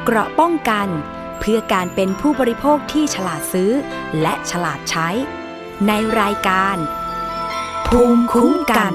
เกราะป้องกันเพื่อการเป็นผู้บริโภคที่ฉลาดซื้อและฉลาดใช้ในรายการภูมิคุ้มกัน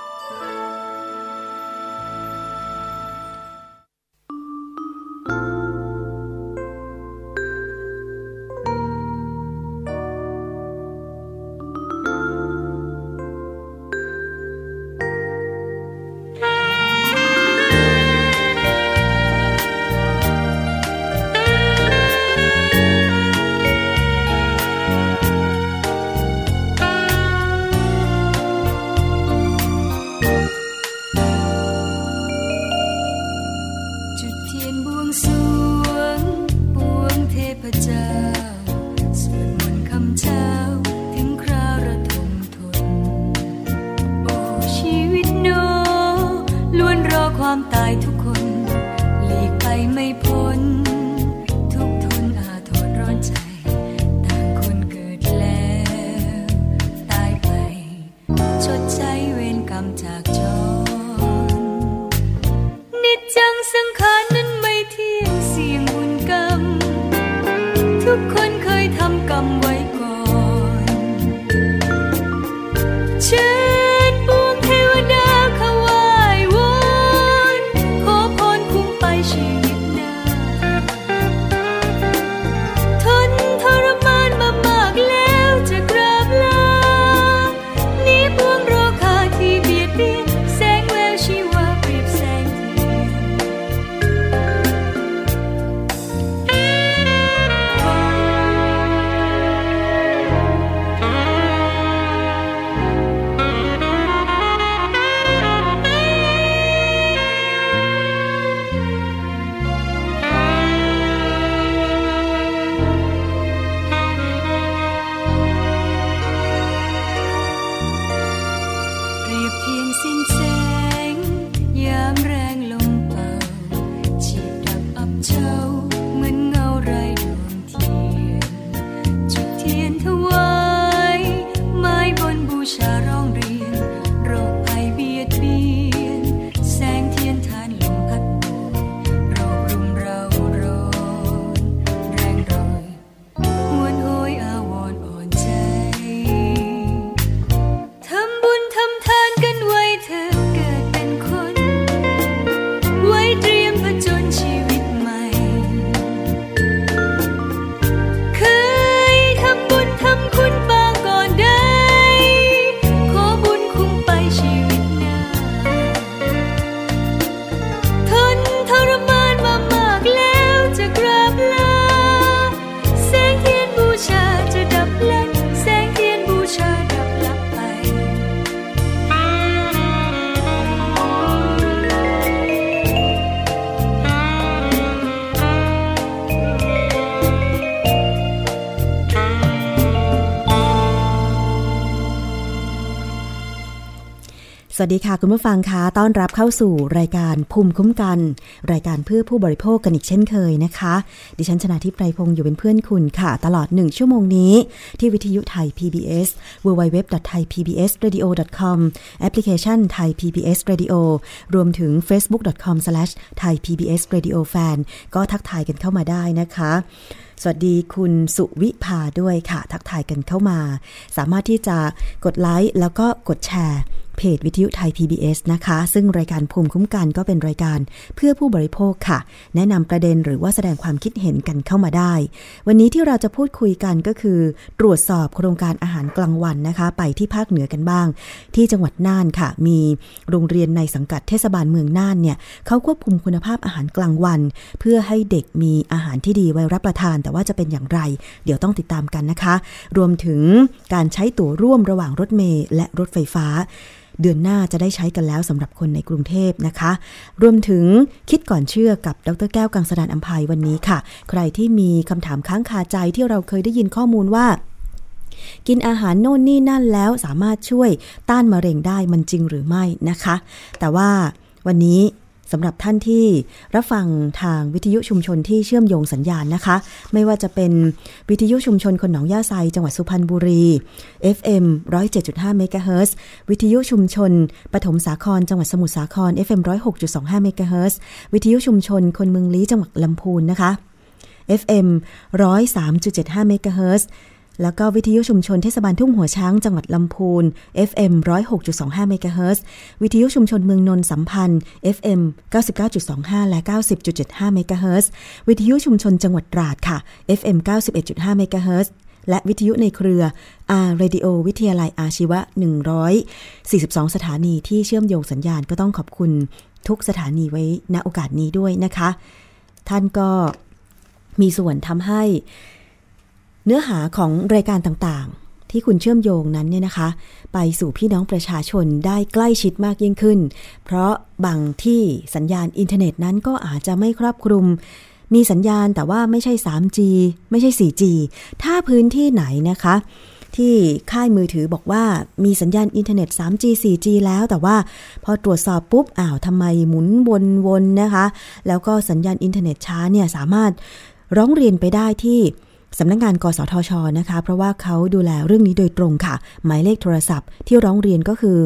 สวัสดีค่ะคุณผู้ฟังคะต้อนรับเข้าสู่รายการภูมิคุ้มกันรายการเพื่อผู้บริโภคกันอีกเช่นเคยนะคะดิฉันชนาธิป ไพรพงษ์อยู่เป็นเพื่อนคุณค่ะตลอด1ชั่วโมงนี้ที่วิทยุไทย PBS www.thaipbsradio.com แอปพลิเคชัน Thai PBS Radio รวมถึง facebook.com/thaipbsradiofan ก็ทักทายกันเข้ามาได้นะคะสวัสดีคุณสุวิภาด้วยค่ะทักทายกันเข้ามาสามารถที่จะกดไลค์แล้วก็กดแชร์เพจวิทยุไทย PBS นะคะซึ่งรายการภูมิคุ้มกันก็เป็นรายการเพื่อผู้บริโภคค่ะแนะนำประเด็นหรือว่าแสดงความคิดเห็นกันเข้ามาได้วันนี้ที่เราจะพูดคุยกันก็คือตรวจสอบโครงการอาหารกลางวันนะคะไปที่ภาคเหนือกันบ้างที่จังหวัดน่านค่ะมีโรงเรียนในสังกัดเทศบาลเมืองน่านเนี่ยเขาควบคุมคุณภาพอาหารกลางวันเพื่อให้เด็กมีอาหารที่ดีไว้รับประทานแต่ว่าจะเป็นอย่างไรเดี๋ยวต้องติดตามกันนะคะรวมถึงการใช้ตั๋วร่วมระหว่างรถเมล์และรถไฟฟ้าเดือนหน้าจะได้ใช้กันแล้วสำหรับคนในกรุงเทพนะคะรวมถึงคิดก่อนเชื่อกับดร.แก้วกังสดาลอำไพวันนี้ค่ะใครที่มีคำถามค้างคาใจที่เราเคยได้ยินข้อมูลว่ากินอาหารโน่นนี่นั่นแล้วสามารถช่วยต้านมะเร็งได้มันจริงหรือไม่นะคะแต่ว่าวันนี้สสำหรับท่านที่รับฟังทางวิทยุชุมชนที่เชื่อมโยงสัญญาณนะคะไม่ว่าจะเป็นวิทยุชุมชนคนหนองย่าไซจังหวัดสุพรรณบุรี FM 107.5 เมกะเฮิรตซ์วิทยุชุมชนปฐมสาครจังหวัดสมุทรสาคร FM 106.25 เมกะเฮิรตซ์วิทยุชุมชนคนเมืองลี้จังหวัดลำพูนนะคะ FM 103.75 เมกะเฮิรตซ์แล้วก็วิทยุชุมชนเทศบาลทุ่งหัวช้างจังหวัดลำพูน FM 106.25 เมกะเฮิรตซ์วิทยุชุมชนเมืองนนท์สัมพันธ์ FM 99.25 และ 90.75 เมกะเฮิรตซ์วิทยุชุมชนจังหวัดตราดค่ะ FM 91.5 เมกะเฮิรตซ์และวิทยุในเครือ Radio วิทยาลัยอาชีวะ142สถานีที่เชื่อมโยงสัญญาณก็ต้องขอบคุณทุกสถานีไว้ณโอกาสนี้ด้วยนะคะท่านก็มีส่วนทำให้เนื้อหาของรายการต่างๆที่คุณเชื่อมโยงนั้นเนี่ยนะคะไปสู่พี่น้องประชาชนได้ใกล้ชิดมากยิ่งขึ้นเพราะบางที่สัญญาณอินเทอร์เน็ตนั้นก็อาจจะไม่ครอบคลุมมีสัญญาณแต่ว่าไม่ใช่ 3G ไม่ใช่ 4G ถ้าพื้นที่ไหนนะคะที่ค่ายมือถือบอกว่ามีสัญญาณอินเทอร์เน็ต 3G 4G แล้วแต่ว่าพอตรวจสอบปุ๊บทำไมหมุนวนๆนะคะแล้วก็สัญญาณอินเทอร์เน็ตช้าเนี่ยสามารถร้องเรียนไปได้ที่สำนักงานกสทช.นะคะเพราะว่าเขาดูแลเรื่องนี้โดยตรงค่ะหมายเลขโทรศัพท์ที่ร้องเรียนก็คือ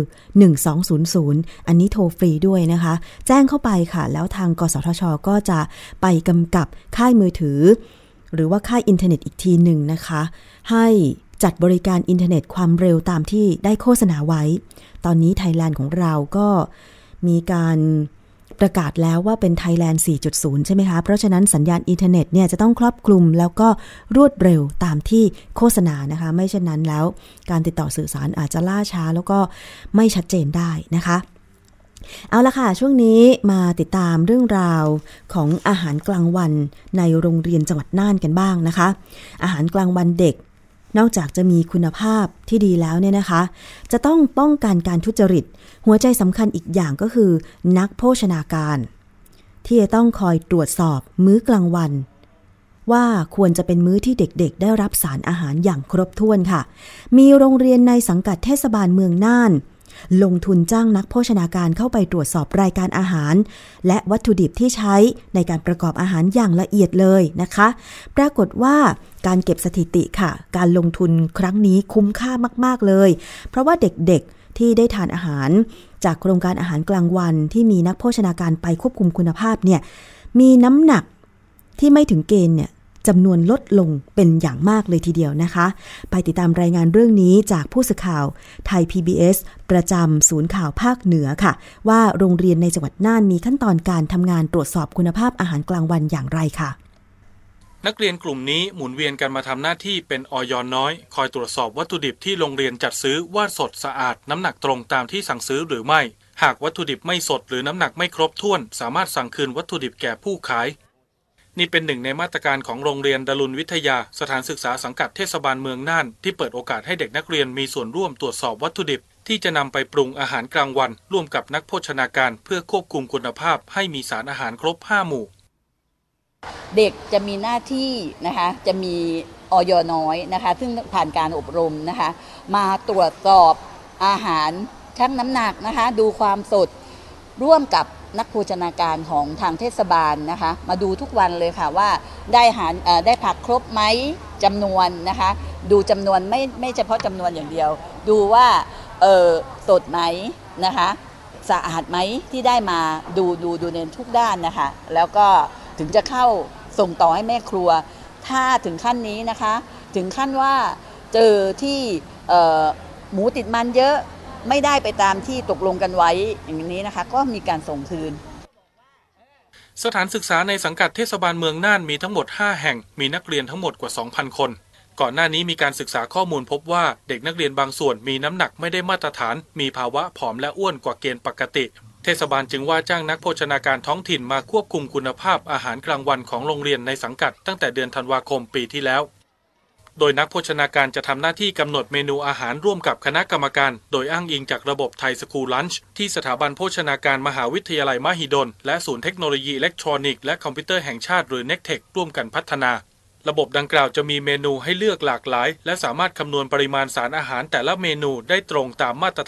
1200อันนี้โทรฟรีด้วยนะคะแจ้งเข้าไปค่ะแล้วทางกสทช.ก็จะไปกำกับค่ายมือถือหรือว่าค่ายอินเทอร์เน็ตอีกทีหนึ่งนะคะให้จัดบริการอินเทอร์เน็ตความเร็วตามที่ได้โฆษณาไว้ตอนนี้ไทยแลนด์ของเราก็มีการประกาศแล้วว่าเป็น Thailand 4.0 ใช่ไหมคะเพราะฉะนั้นสัญญาณอินเทอร์เน็ตเนี่ยจะต้องครอบคลุมแล้วก็รวดเร็วตามที่โฆษณานะคะไม่เช่นนั้นแล้วการติดต่อสื่อสารอาจจะล่าช้าแล้วก็ไม่ชัดเจนได้นะคะเอาละค่ะช่วงนี้มาติดตามเรื่องราวของอาหารกลางวันในโรงเรียนจังหวัดน่านกันบ้างนะคะอาหารกลางวันเด็กนอกจากจะมีคุณภาพที่ดีแล้วเนี่ยนะคะจะต้องป้องกันการทุจริตหัวใจสำคัญอีกอย่างก็คือนักโภชนาการที่จะต้องคอยตรวจสอบมื้อกลางวันว่าควรจะเป็นมื้อที่เด็กๆได้รับสารอาหารอย่างครบถ้วนค่ะมีโรงเรียนในสังกัดเทศบาลเมืองน่านลงทุนจ้างนักโภชนาการเข้าไปตรวจสอบรายการอาหารและวัตถุดิบที่ใช้ในการประกอบอาหารอย่างละเอียดเลยนะคะปรากฏว่าการเก็บสถิติค่ะการลงทุนครั้งนี้คุ้มค่ามากๆเลยเพราะว่าเด็กๆที่ได้ทานอาหารจากโครงการอาหารกลางวันที่มีนักโภชนาการไปควบคุมคุณภาพเนี่ยมีน้ำหนักที่ไม่ถึงเกณฑ์เนี่ยจำนวนลดลงเป็นอย่างมากเลยทีเดียวนะคะไปติดตามรายงานเรื่องนี้จากผู้สื่อข่าวไทย PBS ประจำศูนย์ข่าวภาคเหนือค่ะว่าโรงเรียนในจังหวัดน่านมีขั้นตอนการทำงานตรวจสอบคุณภาพอาหารกลางวันอย่างไรค่ะนักเรียนกลุ่มนี้หมุนเวียนกันมาทำหน้าที่เป็นอย.น้อยคอยตรวจสอบวัตถุดิบที่โรงเรียนจัดซื้อว่าสดสะอาดน้ำหนักตรงตามที่สั่งซื้อหรือไม่หากวัตถุดิบไม่สดหรือน้ำหนักไม่ครบถ้วนสามารถสั่งคืนวัตถุดิบแก่ผู้ขายนี่เป็นหนึ่งในมาตรการของโรงเรียนดลุนวิทยาสถานศึกษาสังกัดเทศบาลเมืองน่านที่เปิดโอกาสให้เด็กนักเรียนมีส่วนร่วมตรวจสอบวัตถุดิบที่จะนำไปปรุงอาหารกลางวันร่วมกับนักโภชนาการเพื่อควบคุมคุณภาพให้มีสารอาหารครบ5 หมู่เด็กจะมีหน้าที่นะคะจะมีอย.น้อยนะคะซึ่งผ่านการอบรมนะคะมาตรวจสอบอาหารชั่งน้ำหนักนะคะดูความสดร่วมกับนักโภชนาการของทางเทศบาลนะคะมาดูทุกวันเลยค่ะว่าได้ผักครบไหมจำนวนนะคะดูจำนวนไม่เฉพาะจำนวนอย่างเดียวดูว่าสดไหมนะคะสะอาดไหมที่ได้มาดูในทุกด้านนะคะแล้วก็ถึงจะเข้าส่งต่อให้แม่ครัวถ้าถึงขั้นนี้นะคะถึงขั้นว่าเจอที่หมูติดมันเยอะไม่ได้ไปตามที่ตกลงกันไว้อย่างนี้นะคะก็มีการส่งคืนสถานศึกษาในสังกัดเทศบาลเมืองน่านมีทั้งหมด5 แห่งมีนักเรียนทั้งหมดกว่า 2,000 คนก่อนหน้านี้มีการศึกษาข้อมูลพบว่าเด็กนักเรียนบางส่วนมีน้ำหนักไม่ได้มาตรฐานมีภาวะผอมและอ้วนกว่าเกณฑ์ปกติเทศบาลจึงว่าจ้างนักโภชนาการท้องถิ่นมาควบคุมคุณภาพอาหารกลางวันของโรงเรียนในสังกัดตั้งแต่เดือนธันวาคมปีที่แล้วโดยนักโภชนาการจะทำหน้าที่กำหนดเมนูอาหารร่วมกับคณะกรรมการโดยอ้างอิงจากระบบไทยสคูลลันช์ที่สถาบันโภชนาการมหาวิทยาลัยมหิดลและศูนย์เทคโนโลยีอิเล็กทรอนิกส์และคอมพิวเตอร์แห่งชาติหรือ NECTEC ร่วมกันพัฒนาระบบดังกล่าวจะมีเมนูให้เลือกหลากหลายและสามารถคำนวณปริมาณสารอาหารแต่ละเมนูได้ตรงตามมาตรฐาน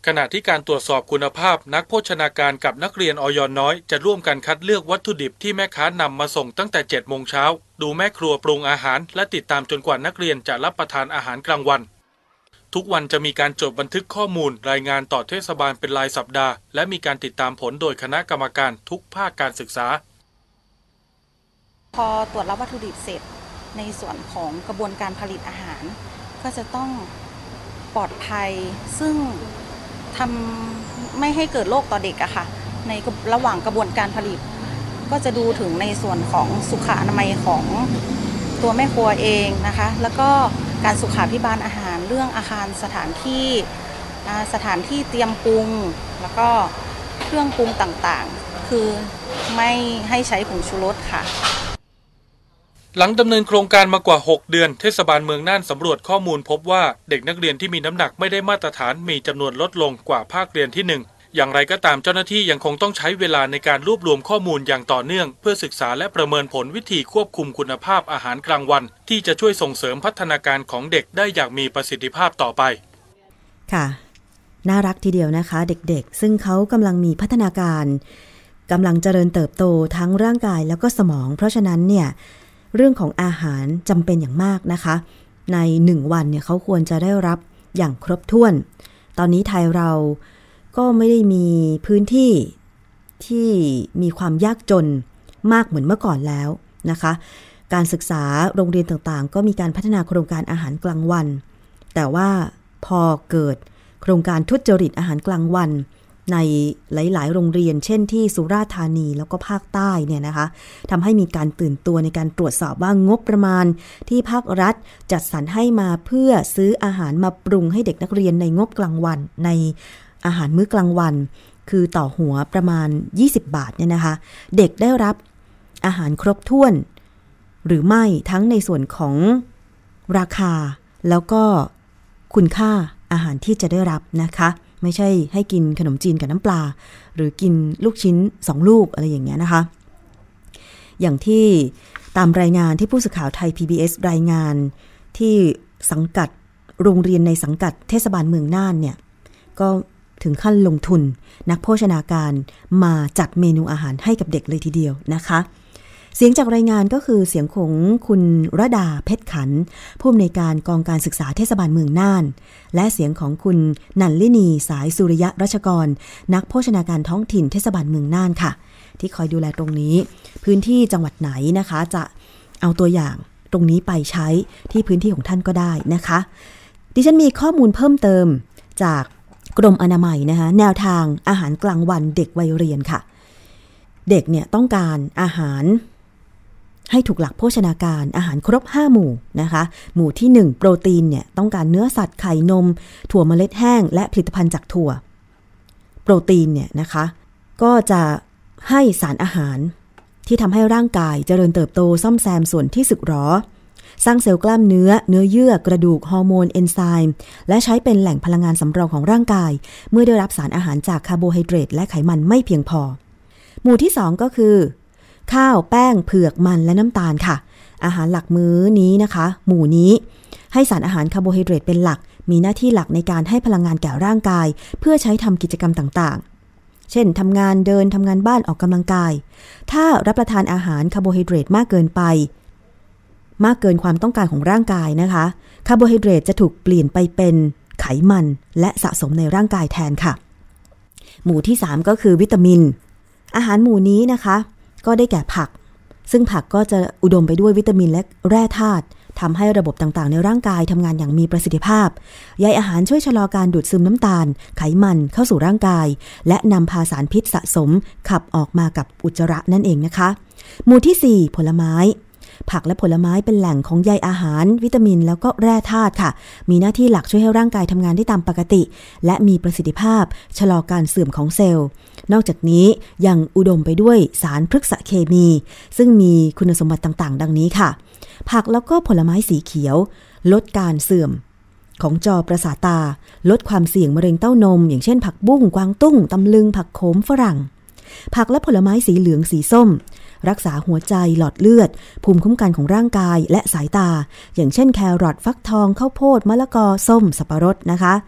ขณะที่การตรวจสอบคุณภาพนักโภชนาการกับนักเรียนอย.น้อยจะร่วมกันคัดเลือกวัตถุดิบที่แม่ค้านำมาส่งตั้งแต่ 7 โมงเช้าดูแม่ครัวปรุงอาหารและติดตามจนกว่านักเรียนจะรับประทานอาหารกลางวันทุกวันจะมีการจดบันทึกข้อมูลรายงานต่อเทศบาลเป็นรายสัปดาห์และมีการติดตามผลโดยคณะกรรมการทุกภาคการศึกษาพอตรวจรับวัตถุดิบเสร็จในส่วนของกระบวนการผลิตอาหารก็จะต้องปลอดภัยซึ่งทำไม่ให้เกิดโรคต่อเด็กอะค่ะในระหว่างกระบวนการผลิตก็จะดูถึงในส่วนของสุขอนามัยของตัวแม่ครัวเองนะคะแล้วก็การสุขาภิบาลอาหารเรื่องอาคารสถานที่เตรียมปรุงแล้วก็เครื่องปรุงต่างๆคือไม่ให้ใช้ผงชูรสค่ะหลังดำเนินโครงการมากว่า6เดือนเทศบาลเมืองน่านสำรวจข้อมูลพบว่าเด็กนักเรียนที่มีน้ำหนักไม่ได้มาตรฐานมีจำนวนลดลงกว่าภาคเรียนที่1อย่างไรก็ตามเจ้าหน้าที่ยังคงต้องใช้เวลาในการรวบรวมข้อมูลอย่างต่อเนื่องเพื่อศึกษาและประเมินผลวิธีควบคุมคุณภาพอาหารกลางวันที่จะช่วยส่งเสริมพัฒนาการของเด็กได้อย่างมีประสิทธิภาพต่อไปค่ะน่ารักทีเดียวนะคะเด็กๆซึ่งเขากำลังมีพัฒนาการกำลังเจริญเติบโตทั้งร่างกายแล้วก็สมองเพราะฉะนั้นเนี่ยเรื่องของอาหารจำเป็นอย่างมากนะคะใน1วันเนี่ยเขาควรจะได้รับอย่างครบถ้วนตอนนี้ไทยเราก็ไม่ได้มีพื้นที่ที่มีความยากจนมากเหมือนเมื่อก่อนแล้วนะคะการศึกษาโรงเรียนต่างๆก็มีการพัฒนาโครงการอาหารกลางวันแต่ว่าพอเกิดโครงการทุจริตอาหารกลางวันในหลายๆโรงเรียนเช่นที่สุราษฎร์ธานีแล้วก็ภาคใต้เนี่ยนะคะทำให้มีการตื่นตัวในการตรวจสอบว่างบประมาณที่ภาครัฐจัดสรรให้มาเพื่อซื้ออาหารมาปรุงให้เด็กนักเรียนในงบกลางวันในอาหารมื้อกลางวันคือต่อหัวประมาณ20 บาทเนี่ยนะคะเด็กได้รับอาหารครบถ้วนหรือไม่ทั้งในส่วนของราคาแล้วก็คุณค่าอาหารที่จะได้รับนะคะไม่ใช่ให้กินขนมจีนกับน้ำปลาหรือกินลูกชิ้น2ลูกอะไรอย่างเงี้ยนะคะอย่างที่ตามรายงานที่ผู้สื่อข่าวไทย PBS รายงานที่สังกัดโรงเรียนในสังกัดเทศบาลเมืองน่านเนี่ยก็ถึงขั้นลงทุนนักโภชนาการมาจัดเมนูอาหารให้กับเด็กเลยทีเดียวนะคะเสียงจากรายงานก็คือเสียงของคุณระดาเพชรขันผู้อำนวยการกองการศึกษาเทศบาลเมืองน่านและเสียงของคุณนันลินีสายสุริยะรัชกรนักโภชนาการท้องถิ่นเทศบาลเมืองน่านค่ะที่คอยดูแลตรงนี้พื้นที่จังหวัดไหนนะคะจะเอาตัวอย่างตรงนี้ไปใช้ที่พื้นที่ของท่านก็ได้นะคะดิฉันมีข้อมูลเพิ่มเติมจากกรมอนามัยนะคะแนวทางอาหารกลางวันเด็กวัยเรียนค่ะเด็กเนี่ยต้องการอาหารให้ถูกหลักโภชนาการอาหารครบ5หมู่นะคะหมู่ที่1โปรตีนเนี่ยต้องการเนื้อสัตว์ไข่นมถั่วเมล็ดแห้งและผลิตภัณฑ์จากถั่วโปรตีนเนี่ยนะคะก็จะให้สารอาหารที่ทำให้ร่างกายเจริญเติบโตซ่อมแซมส่วนที่สึกหรอสร้างเซลล์กล้ามเนื้อเยื่อกระดูกฮอร์โมนเอนไซม์และใช้เป็นแหล่งพลังงานสำรองของร่างกายเมื่อได้รับสารอาหารจากคาร์โบไฮเดรตและไขมันไม่เพียงพอหมู่ที่2ก็คือข้าวแป้งเผือกมันและน้ำตาลค่ะอาหารหลักมื้อนี้นะคะหมู่นี้ให้สารอาหารคาร์โบไฮเดรตเป็นหลักมีหน้าที่หลักในการให้พลังงานแก่ร่างกายเพื่อใช้ทำกิจกรรมต่างๆเช่นทำงานเดินทำงานบ้านออกกำลังกายถ้ารับประทานอาหารคาร์โบไฮเดรตมากเกินไปมากเกินความต้องการของร่างกายนะคะคาร์โบไฮเดรตจะถูกเปลี่ยนไปเป็นไขมันและสะสมในร่างกายแทนค่ะหมู่ที่3ก็คือวิตามินอาหารหมู่นี้นะคะก็ได้แก่ผักซึ่งผักก็จะอุดมไปด้วยวิตามินและแร่ธาตุทำให้ระบบต่างๆในร่างกายทำงานอย่างมีประสิทธิภาพใยอาหารช่วยชะลอการดูดซึมน้ำตาลไขมันเข้าสู่ร่างกายและนำพาสารพิษสะสมขับออกมากับอุจจาระนั่นเองนะคะหมู่ที่4ผลไม้ผักและผลไม้เป็นแหล่งของใยอาหารวิตามินแล้วก็แร่ธาตุค่ะมีหน้าที่หลักช่วยให้ร่างกายทำงานได้ตามปกติและมีประสิทธิภาพชะลอการเสื่อมของเซลล์นอกจากนี้ยังอุดมไปด้วยสารพฤกษเคมีซึ่งมีคุณสมบัติต่างๆดังนี้ค่ะผักแล้วก็ผลไม้สีเขียวลดการเสื่อมของจอประสาทตาลดความเสี่ยงมะเร็งเต้านมอย่างเช่นผักบุ้งกวางตุ้งตำลึงผักโขมฝรั่งผักและผลไม้สีเหลืองสีส้มรักษาหัวใจหลอดเลือดภูมิคุ้มกันของร่างกายและสายตาอย่างเช่นแครอทฟักทองข้าวโพดมะละกอส้มสับปะรดนะคะ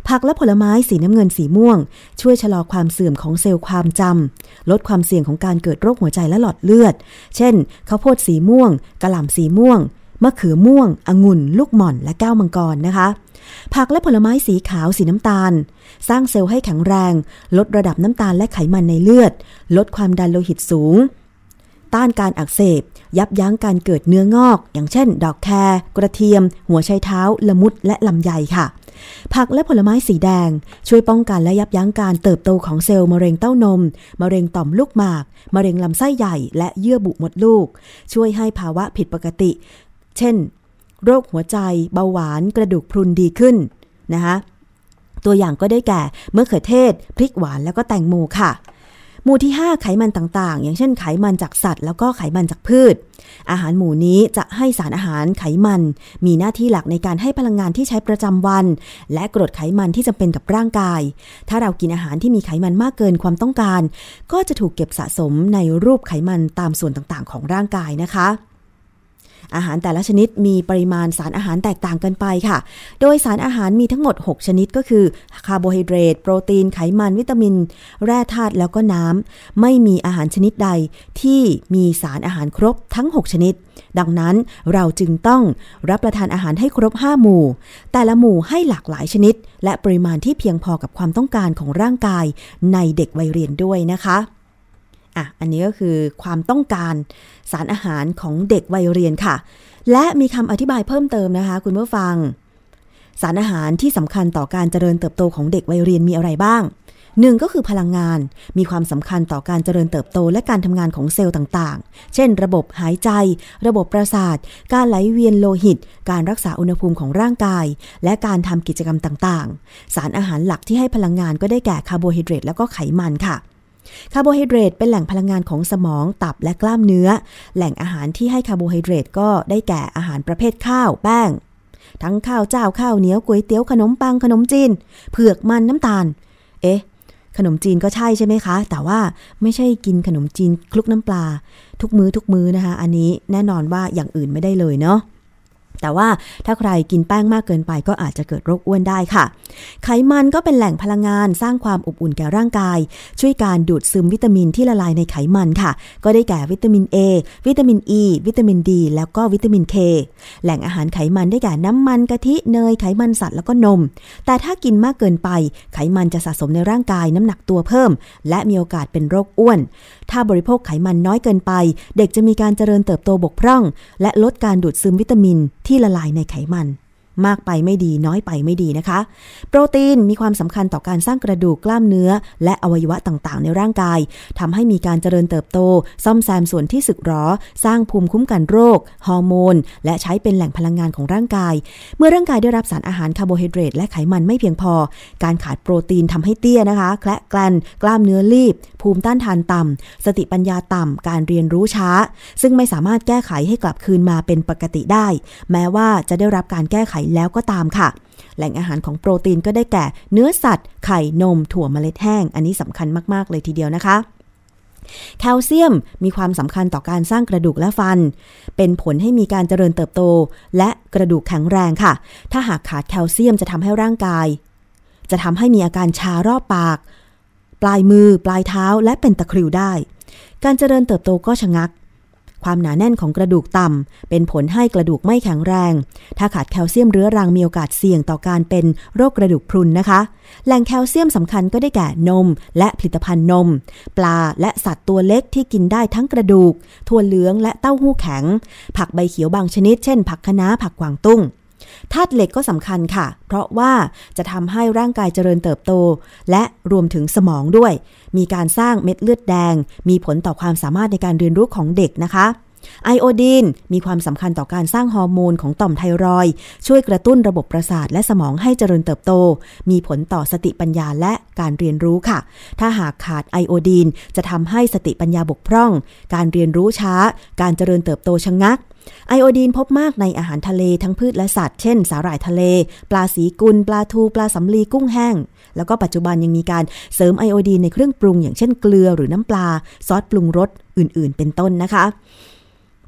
ผักและผลไม้สีน้ำเงินสีม่วงช่วยชะลอความเสื่อมของเซลล์ความจำลดความเสี่ยงของการเกิดโรคหัวใจและหลอดเลือดเช่นข้าวโพดสีม่วงกะหล่ำสีม่วงมะเขือม่วงองุ่นลูกหม่อนและแก้วมังกรนะคะผักและผลไม้สีขาวสีน้ำตาลสร้างเซลล์ให้แข็งแรงลดระดับน้ำตาลและไขมันในเลือดลดความดันโลหิตสูงต้านการอักเสบยับยั้งการเกิดเนื้องอกอย่างเช่นดอกแครกระเทียมหัวไชเท้าละมุดและลำไยค่ะผักและผลไม้สีแดงช่วยป้องกันและยับยั้งการเติบโตของเซลล์มะเร็งเต้านมมะเร็งต่อมลูกหมากมะเร็งลำไส้ใหญ่และเยื่อบุมดลูกช่วยให้ภาวะผิดปกติเช่นโรคหัวใจเบาหวานกระดูกพรุนดีขึ้นนะคะตัวอย่างก็ได้แก่มะเขือเทศพริกหวานแล้วก็แตงโมค่ะหมู่ที่5ไขมันต่างๆอย่างเช่นไขมันจากสัตว์แล้วก็ไขมันจากพืชอาหารหมู่นี้จะให้สารอาหารไขมันมีหน้าที่หลักในการให้พลังงานที่ใช้ประจำวันและกรดไขมันที่จำเป็นกับร่างกายถ้าเรากินอาหารที่มีไขมันมากเกินความต้องการก็จะถูกเก็บสะสมในรูปไขมันตามส่วนต่างๆของร่างกายนะคะอาหารแต่ละชนิดมีปริมาณสารอาหารแตกต่างกันไปค่ะโดยสารอาหารมีทั้งหมด6ชนิดก็คือคาร์โบไฮเดรตโปรตีนไขมันวิตามินแร่ธาตุแล้วก็น้ำไม่มีอาหารชนิดใดที่มีสารอาหารครบทั้ง6ชนิดดังนั้นเราจึงต้องรับประทานอาหารให้ครบ5หมู่แต่ละหมู่ให้หลากหลายชนิดและปริมาณที่เพียงพอกับความต้องการของร่างกายในเด็กวัยเรียนด้วยนะคะอันนี้ก็คือความต้องการสารอาหารของเด็กวัยเรียนค่ะและมีคำอธิบายเพิ่มเติมนะคะคุณผู้ฟังสารอาหารที่สำคัญต่อการเจริญเติบโตของเด็กวัยเรียนมีอะไรบ้าง1ก็คือพลังงานมีความสำคัญต่อการเจริญเติบโตและการทำงานของเซลล์ต่างๆเช่นระบบหายใจระบบประสาทการไหลเวียนโลหิตการรักษาอุณหภูมิของร่างกายและการทำกิจกรรมต่างๆสารอาหารหลักที่ให้พลังงานก็ได้แก่คาร์โบไฮเดรตแล้วก็ไขมันค่ะคาร์โบไฮเดรตเป็นแหล่งพลังงานของสมองตับและกล้ามเนื้อแหล่งอาหารที่ให้คาร์โบไฮเดรตก็ได้แก่อาหารประเภทข้าวแป้งทั้งข้าวเจ้าข้าวเหนียวก๋วยเตี๋ยวขนมปังขนมจีนเผือกมันน้ำตาลขนมจีนก็ใช่ไหมคะแต่ว่าไม่ใช่กินขนมจีนคลุกน้ำปลาทุกมื้อนะคะอันนี้แน่นอนว่าอย่างอื่นไม่ได้เลยเนาะแต่ว่าถ้าใครกินแป้งมากเกินไปก็อาจจะเกิดโรคอ้วนได้ค่ะไขมันก็เป็นแหล่งพลังงานสร้างความอบอุ่นแก่ร่างกายช่วยการดูดซึมวิตามินที่ละลายในไขมันค่ะก็ได้แก่วิตามิน A วิตามิน E วิตามิน D แล้วก็วิตามิน K แหล่งอาหารไขมันได้แก่น้ำมันกะทิเนยไขมันสัตว์แล้วก็นมแต่ถ้ากินมากเกินไปไขมันจะสะสมในร่างกายน้ำหนักตัวเพิ่มและมีโอกาสเป็นโรคอ้วนถ้าบริโภคไขมันน้อยเกินไปเด็กจะมีการเจริญเติบโตบกพร่องและลดการดูดซึมวิตามินที่ละลายในไขมันมากไปไม่ดีน้อยไปไม่ดีนะคะโปรตีนมีความสำคัญต่อการสร้างกระดูกกล้ามเนื้อและอวัยวะต่างๆในร่างกายทำให้มีการเจริญเติบโตซ่อมแซมส่วนที่สึกหรอสร้างภูมิคุ้มกันโรคฮอร์โมนและใช้เป็นแหล่งพลังงานของร่างกายเมื่อร่างกายได้รับสารอาหารคาร์โบไฮเดรตและไขมันไม่เพียงพอการขาดโปรตีนทำให้เตี้ยนะคะแคละแกลนกล้ามเนื้อรีบภูมิต้านทานต่ำสติปัญญาต่ำการเรียนรู้ช้าซึ่งไม่สามารถแก้ไขให้กลับคืนมาเป็นปกติได้แม้ว่าจะได้รับการแก้ไขแล้วก็ตามค่ะแหล่งอาหารของโปรตีนก็ได้แก่เนื้อสัตว์ไข่นมถั่วเมล็ดแห้งอันนี้สำคัญมากๆเลยทีเดียวนะคะแคลเซียมมีความสำคัญต่อการสร้างกระดูกและฟันเป็นผลให้มีการเจริญเติบโตและกระดูกแข็งแรงค่ะถ้าหากขาดแคลเซียมจะทำให้ร่างกายจะทำให้มีอาการชารอบปากปลายมือปลายเท้าและเป็นตะคริวได้การเจริญเติบโตก็ชะงักความหนาแน่นของกระดูกต่ำเป็นผลให้กระดูกไม่แข็งแรงถ้าขาดแคลเซียมเรื้อรังมีโอกาสเสี่ยงต่อการเป็นโรคกระดูกพรุนนะคะแหล่งแคลเซียมสำคัญก็ได้แก่นมและผลิตภัณฑ์นมปลาและสัตว์ตัวเล็กที่กินได้ทั้งกระดูกถั่วเหลืองและเต้าหู้แข็งผักใบเขียวบางชนิดเช่นผักคะน้าผักกวางตุ้งธาตุเหล็กก็สำคัญค่ะเพราะว่าจะทำให้ร่างกายเจริญเติบโตและรวมถึงสมองด้วยมีการสร้างเม็ดเลือดแดงมีผลต่อความสามารถในการเรียนรู้ของเด็กนะคะไอโอดีนมีความสำคัญต่อการสร้างฮอร์โมนของต่อมไทรอยด์ช่วยกระตุ้นระบบประสาทและสมองให้เจริญเติบโตมีผลต่อสติปัญญาและการเรียนรู้ค่ะถ้าหากขาดไอโอดีนจะทำให้สติปัญญาบกพร่องการเรียนรู้ช้าการเจริญเติบโตชะงักไอโอดีนพบมากในอาหารทะเลทั้งพืชและสัตว์เช่นสาหร่ายทะเลปลาสีกุลปลาทูปลาสำลีกุ้งแห้งแล้วก็ปัจจุบันยังมีการเสริมไอโอดีนในเครื่องปรุงอย่างเช่นเกลือหรือน้ำปลาซอสปรุงรสอื่นๆเป็นต้นนะคะ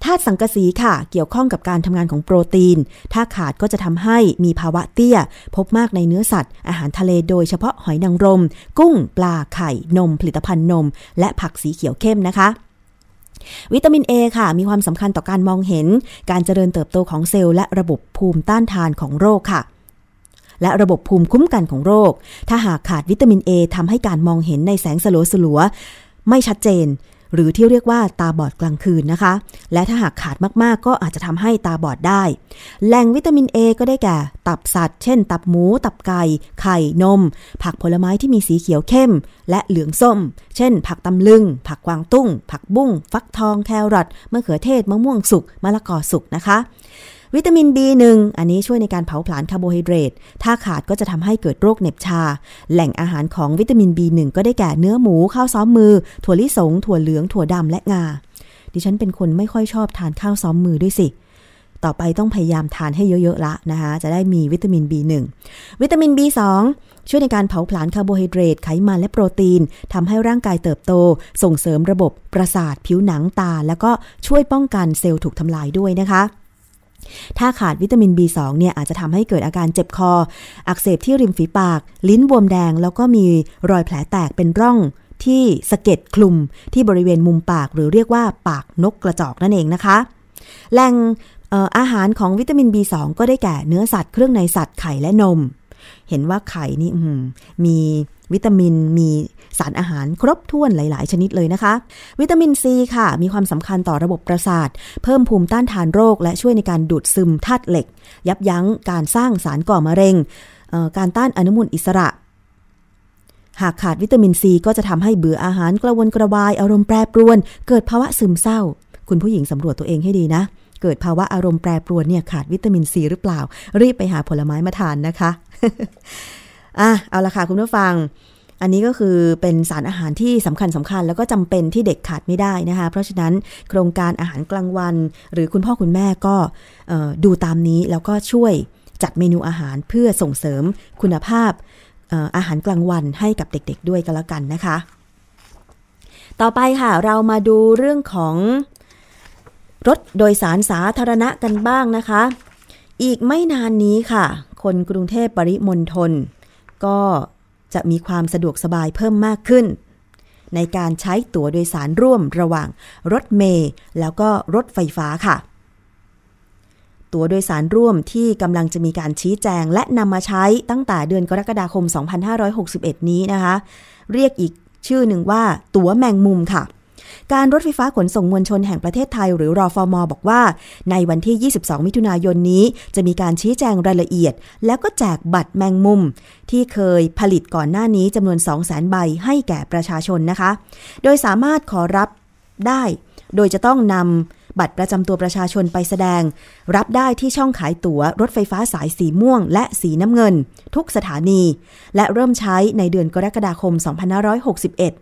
ธาตุสังกะสีค่ะเกี่ยวข้องกับการทำงานของโปรตีนถ้าขาดก็จะทำให้มีภาวะเตี้ยพบมากในเนื้อสัตว์อาหารทะเลโดยเฉพาะหอยนางรมกุ้งปลาไข่นมผลิตภัณฑ์นมและผักสีเขียวเข้มนะคะวิตามิน A ค่ะมีความสำคัญต่อการมองเห็นการเจริญเติบโตของเซลล์และระบบภูมิต้านทานของโรคค่ะและระบบภูมิคุ้มกันของโรคถ้าหากขาดวิตามิน A ทำให้การมองเห็นในแสงสลัวๆไม่ชัดเจนหรือที่เรียกว่าตาบอดกลางคืนนะคะและถ้าหากขาดมากๆก็อาจจะทำให้ตาบอดได้แหล่งวิตามิน A ก็ได้แก่ตับสัตว์เช่นตับหมูตับไก่ไข่นมผักผลไม้ที่มีสีเขียวเข้มและเหลืองส้มเช่นผักตำลึงผักกวางตุ้งผักบุ้งฟักทองแครอทมะเขือเทศมะม่วงสุกมะละกอสุกนะคะวิตามิน B1 อันนี้ช่วยในการเผาผลาญคาร์โบไฮเดรตถ้าขาดก็จะทำให้เกิดโรคเหน็บชาแหล่งอาหารของวิตามิน B1 ก็ได้แก่เนื้อหมูข้าวซ้อมมือถั่วลิสงถั่วเหลืองถั่วดำและงาดิฉันเป็นคนไม่ค่อยชอบทานข้าวซ้อมมือด้วยสิต่อไปต้องพยายามทานให้เยอะๆละนะคะจะได้มีวิตามิน B1 วิตามิน B2 ช่วยในการเผาผลาญคาร์โบไฮเดรตไขมันและโปรตีนทำให้ร่างกายเติบโตส่งเสริมระบบประสาทผิวหนังตาแล้วก็ช่วยป้องกันเซลล์ถูกทำลายด้วยนะคะถ้าขาดวิตามิน B2 เนี่ยอาจจะทำให้เกิดอาการเจ็บคออักเสบที่ริมฝีปากลิ้นบวมแดงแล้วก็มีรอยแผลแตกเป็นร่องที่สะเก็ดคลุมที่บริเวณมุมปากหรือเรียกว่าปากนกกระจอกนั่นเองนะคะแหล่งอาหารของวิตามิน B2 ก็ได้แก่เนื้อสัตว์เครื่องในสัตว์ไข่และนมเห็นว่าไข่นี่มีวิตามินมีสารอาหารครบถ้วนหลายๆชนิดเลยนะคะวิตามิน C ค่ะมีความสำคัญต่อระบบประสาทเพิ่มภูมิต้านทานโรคและช่วยในการดูดซึมธาตุเหล็กยับยั้งการสร้างสารก่อมะเร็งการต้านอนุมูลอิสระหากขาดวิตามิน C ก็จะทำให้เบื่ออาหารกระวนกระวายอารมณ์แปรปรวนเกิดภาวะซึมเศร้าคุณผู้หญิงสำรวจตัวเองให้ดีนะเกิดภาวะอารมณ์แปรปรวนเนี่ยขาดวิตามิน C หรือเปล่ารีบไปหาผลไม้มาทานนะคะ เอาละค่ะคุณผู้ฟังอันนี้ก็คือเป็นสารอาหารที่สำคัญแล้วก็จำเป็นที่เด็กขาดไม่ได้นะคะเพราะฉะนั้นโครงการอาหารกลางวันหรือคุณพ่อคุณแม่ก็ดูตามนี้แล้วก็ช่วยจัดเมนูอาหารเพื่อส่งเสริมคุณภาพอาหารกลางวันให้กับเด็กๆด้วยกันแล้วกันนะคะต่อไปค่ะเรามาดูเรื่องของรถโดยสารสาธารณะกันบ้างนะคะอีกไม่นานนี้ค่ะคนกรุงเทพปริมณฑลก็จะมีความสะดวกสบายเพิ่มมากขึ้นในการใช้ตั๋วโดยสารร่วมระหว่างรถเมล์แล้วก็รถไฟฟ้าค่ะตั๋วโดยสารร่วมที่กำลังจะมีการชี้แจงและนำมาใช้ตั้งแต่เดือนกรกฎาคม 2561 นี้นะคะเรียกอีกชื่อหนึ่งว่าตั๋วแมงมุมค่ะการรถไฟฟ้าขนส่งมวลชนแห่งประเทศไทยหรือรฟม.บอกว่าในวันที่22มิถุนายนนี้จะมีการชี้แจงรายละเอียดแล้วก็แจกบัตรแมงมุมที่เคยผลิตก่อนหน้านี้จำนวน 200,000 ใบให้แก่ประชาชนนะคะโดยสามารถขอรับได้โดยจะต้องนำบัตรประจำตัวประชาชนไปแสดงรับได้ที่ช่องขายตั๋วรถไฟฟ้าสายสีม่วงและสีน้ำเงินทุกสถานีและเริ่มใช้ในเดือนกรกฎาคม 2561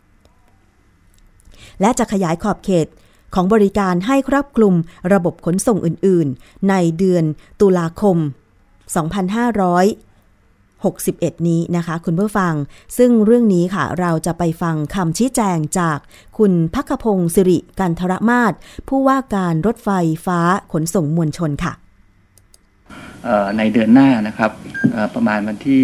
และจะขยายขอบเขตของบริการให้ครอบคลุมระบบขนส่งอื่นๆในเดือนตุลาคม 2561 นี้นะคะคุณผู้ฟังซึ่งเรื่องนี้ค่ะเราจะไปฟังคำชี้แจงจากคุณภัคพงศ์สิริกันทรมาศผู้ว่าการรถไฟฟ้าขนส่งมวลชนค่ะในเดือนหน้านะครับประมาณวันที่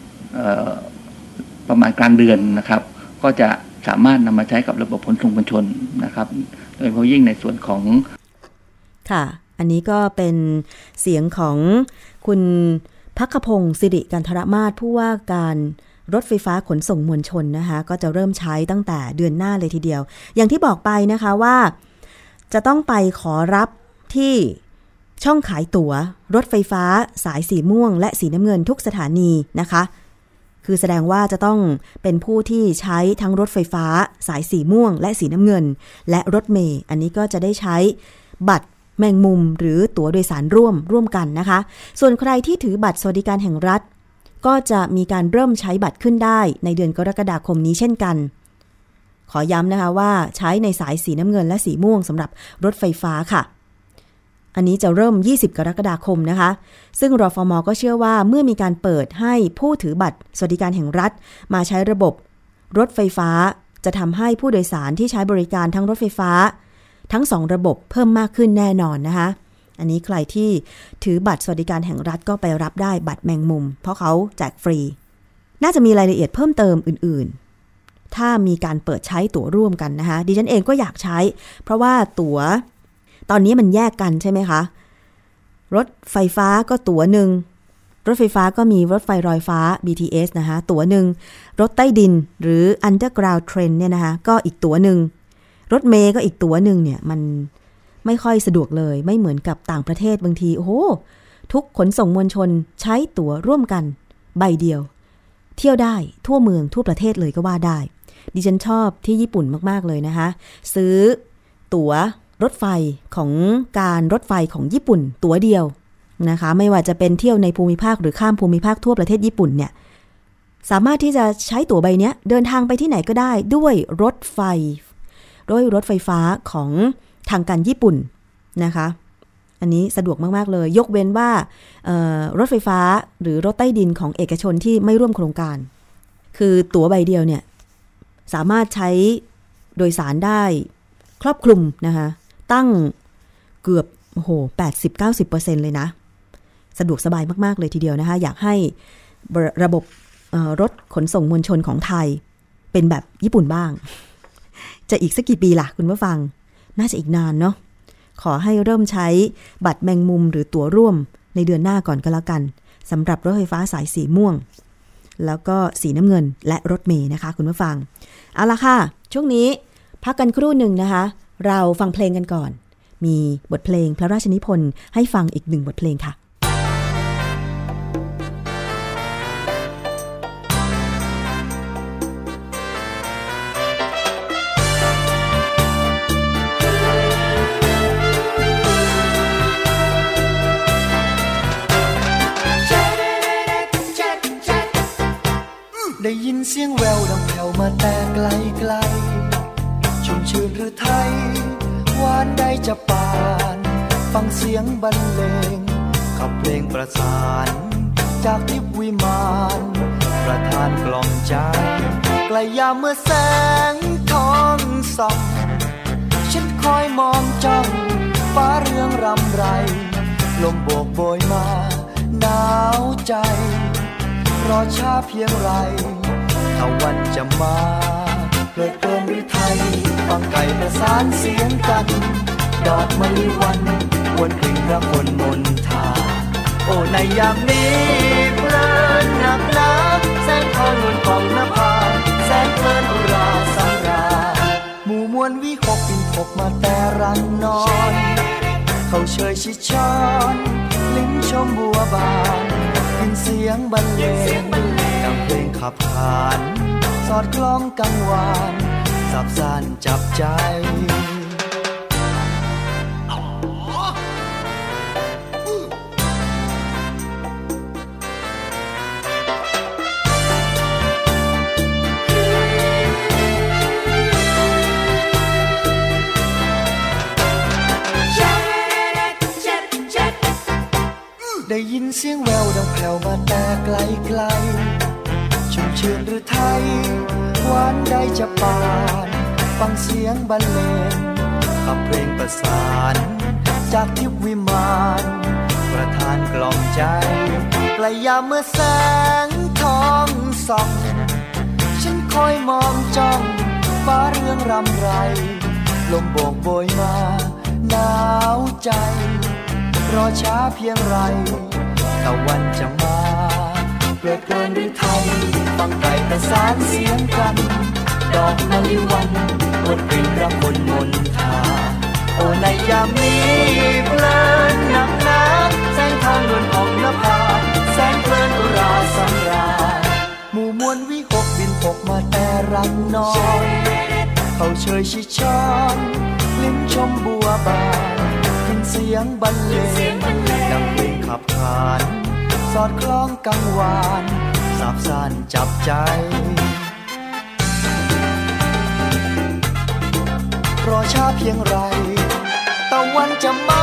ประมาณกลางเดือนนะครับก็จะสามารถนำมาใช้กับระบบขนส่งมวลชนนะครับโดยเฉพาะยิ่งในส่วนของค่ะอันนี้ก็เป็นเสียงของคุณภัคพงศ์สิริกันทรมาศผู้ว่าการรถไฟฟ้าขนส่งมวลชนนะคะก็จะเริ่มใช้ตั้งแต่เดือนหน้าเลยทีเดียวอย่างที่บอกไปนะคะว่าจะต้องไปขอรับที่ช่องขายตั๋วรถไฟฟ้าสายสีม่วงและสีน้ำเงินทุกสถานีนะคะคือแสดงว่าจะต้องเป็นผู้ที่ใช้ทั้งรถไฟฟ้าสายสีม่วงและสีน้ำเงินและรถเมล์อันนี้ก็จะได้ใช้บัตรแมงมุมหรือตั๋วโดยสารร่วมกันนะคะส่วนใครที่ถือบัตรสวัสดิการแห่งรัฐก็จะมีการเริ่มใช้บัตรขึ้นได้ในเดือนกรกฎาคมนี้เช่นกันขอย้ำนะคะว่าใช้ในสายสีน้ำเงินและสีม่วงสำหรับรถไฟฟ้าค่ะอันนี้จะเริ่ม20กรกฎาคมนะคะซึ่งรฟม.ก็เชื่อว่าเมื่อมีการเปิดให้ผู้ถือบัตรสวัสดิการแห่งรัฐมาใช้ระบบรถไฟฟ้าจะทำให้ผู้โดยสารที่ใช้บริการทั้งรถไฟฟ้าทั้ง2ระบบเพิ่มมากขึ้นแน่นอนนะคะอันนี้ใครที่ถือบัตรสวัสดิการแห่งรัฐก็ไปรับได้บัตรแมงมุมเพราะเขาแจกฟรีน่าจะมีรายละเอียดเพิ่มเติมอื่นๆถ้ามีการเปิดใช้ตั๋วร่วมกันนะคะดิฉันเองก็อยากใช้เพราะว่าตั๋วตอนนี้มันแยกกันใช่ไหมคะรถไฟฟ้าก็ตั๋วหนึ่งรถไฟฟ้าก็มีรถไฟรอยฟ้า BTS นะคะตั๋วหนึ่งรถใต้ดินหรือ Underground Train เนี่ยนะคะก็อีกตั๋วหนึ่งรถเมล์ก็อีกตั๋วหนึ่งเนี่ยมันไม่ค่อยสะดวกเลยไม่เหมือนกับต่างประเทศบางทีโอ้โหทุกขนส่งมวลชนใช้ตั๋วร่วมกันใบเดียวเที่ยวได้ทั่วเมืองทั่วประเทศเลยก็ว่าได้ดิฉันชอบที่ญี่ปุ่นมากๆเลยนะคะซื้อตั๋วรถไฟของการรถไฟของญี่ปุ่นตั๋วเดียวนะคะไม่ว่าจะเป็นเที่ยวในภูมิภาคหรือข้ามภูมิภาคทั่วประเทศญี่ปุ่นเนี่ยสามารถที่จะใช้ตั๋วใบนี้เดินทางไปที่ไหนก็ได้ด้วยรถไฟฟ้าของทางการญี่ปุ่นนะคะอันนี้สะดวกมากๆเลยยกเว้นว่ารถไฟฟ้าหรือรถใต้ดินของเอกชนที่ไม่ร่วมโครงการคือตั๋วใบเดียวเนี่ยสามารถใช้โดยสารได้ครอบคลุมนะคะตั้งเกือบ80-90% เลยนะสะดวกสบายมากๆเลยทีเดียวนะคะอยากให้ระบบรถขนส่งมวลชนของไทยเป็นแบบญี่ปุ่นบ้างจะอีกสักกี่ปีล่ะคุณผู้ฟังน่าจะอีกนานเนาะขอให้เริ่มใช้บัตรแมงมุมหรือตั๋วร่วมในเดือนหน้าก่อนก็แล้วกันสำหรับรถไฟฟ้าสายสีม่วงแล้วก็สีน้ำเงินและรถเมล์นะคะคุณผู้ฟังเอาล่ะค่ะช่วงนี้พักกันครู่หนึ่งนะคะเราฟังเพลงกันก่อนมีบทเพลงพระราชนิพนธ์ให้ฟังอีก1บทเพลงค่ะได้ยินเสียงแววดังแผ่วมาแต่ไกลไกลชุ่มชื่นหรือไทยหวานได้จะปานฟังเสียงบรรเลงขับเพลงประสานจากทิพย์วิมานประทานกล่อมใจไกลยามเมื่อแสงทองส่องฉันคอยมองจ้องฟ้าเรืองรำไรลมโบกโบยมาหนาวใจรอช้าเพียงไรถ้าวันจะมาเพลิดเพลินหรือไทยฟังไก่ประสานเสียงกันดอกมะลิวันวนกลิ่นระคนมนทาโอ้ในยามนี้เพลินหนักหนาแสงทองนวลของนภาแสงเพลินอุราสำราหมู่มวลวิหกบินพบมาแต่รังนอนเขาเชยชิดช้อนลิ้มชมบัวบานยินเสียงบรรเลงดังเพลงขับขานสอดคล้องกังวานสับสานจับใจได้ยินเสียงแววดังแผ่วมาแต่ไกลไกลชุ่มชื่นหรือไทยหวานได้จะปานฟังเสียงบรรเลงขับเพลงประสานจากทิพย์วิมานประทานกล่อมใจไกลยามเมื่อแสงทองส่องฉันคอยมองจ้องฟ้าเรืองรำไรลมโบกโบยมาหนาวใจรอช้าเพียงไรตะวันจะมาเพลิดเพลินหรือไทยฟังไก่ประสานเสียงกันดอกมะลิวันวนกลิ่นระคนมนทาโอ้ในยามนี้เพลินหนักหนาแสงทองนวลของนภาแสงเพลินอุราสำราญหมู่มวลวิหกบินพกมาแต่รังนอนเขาเชยชิดช้อนลิ้มชมบัวบานเสียงบรรเลงดังเพลงขับขานสอดคล้องกังวานสาบซ่านจับใจรอช้าเพียงไรตะวันจะมา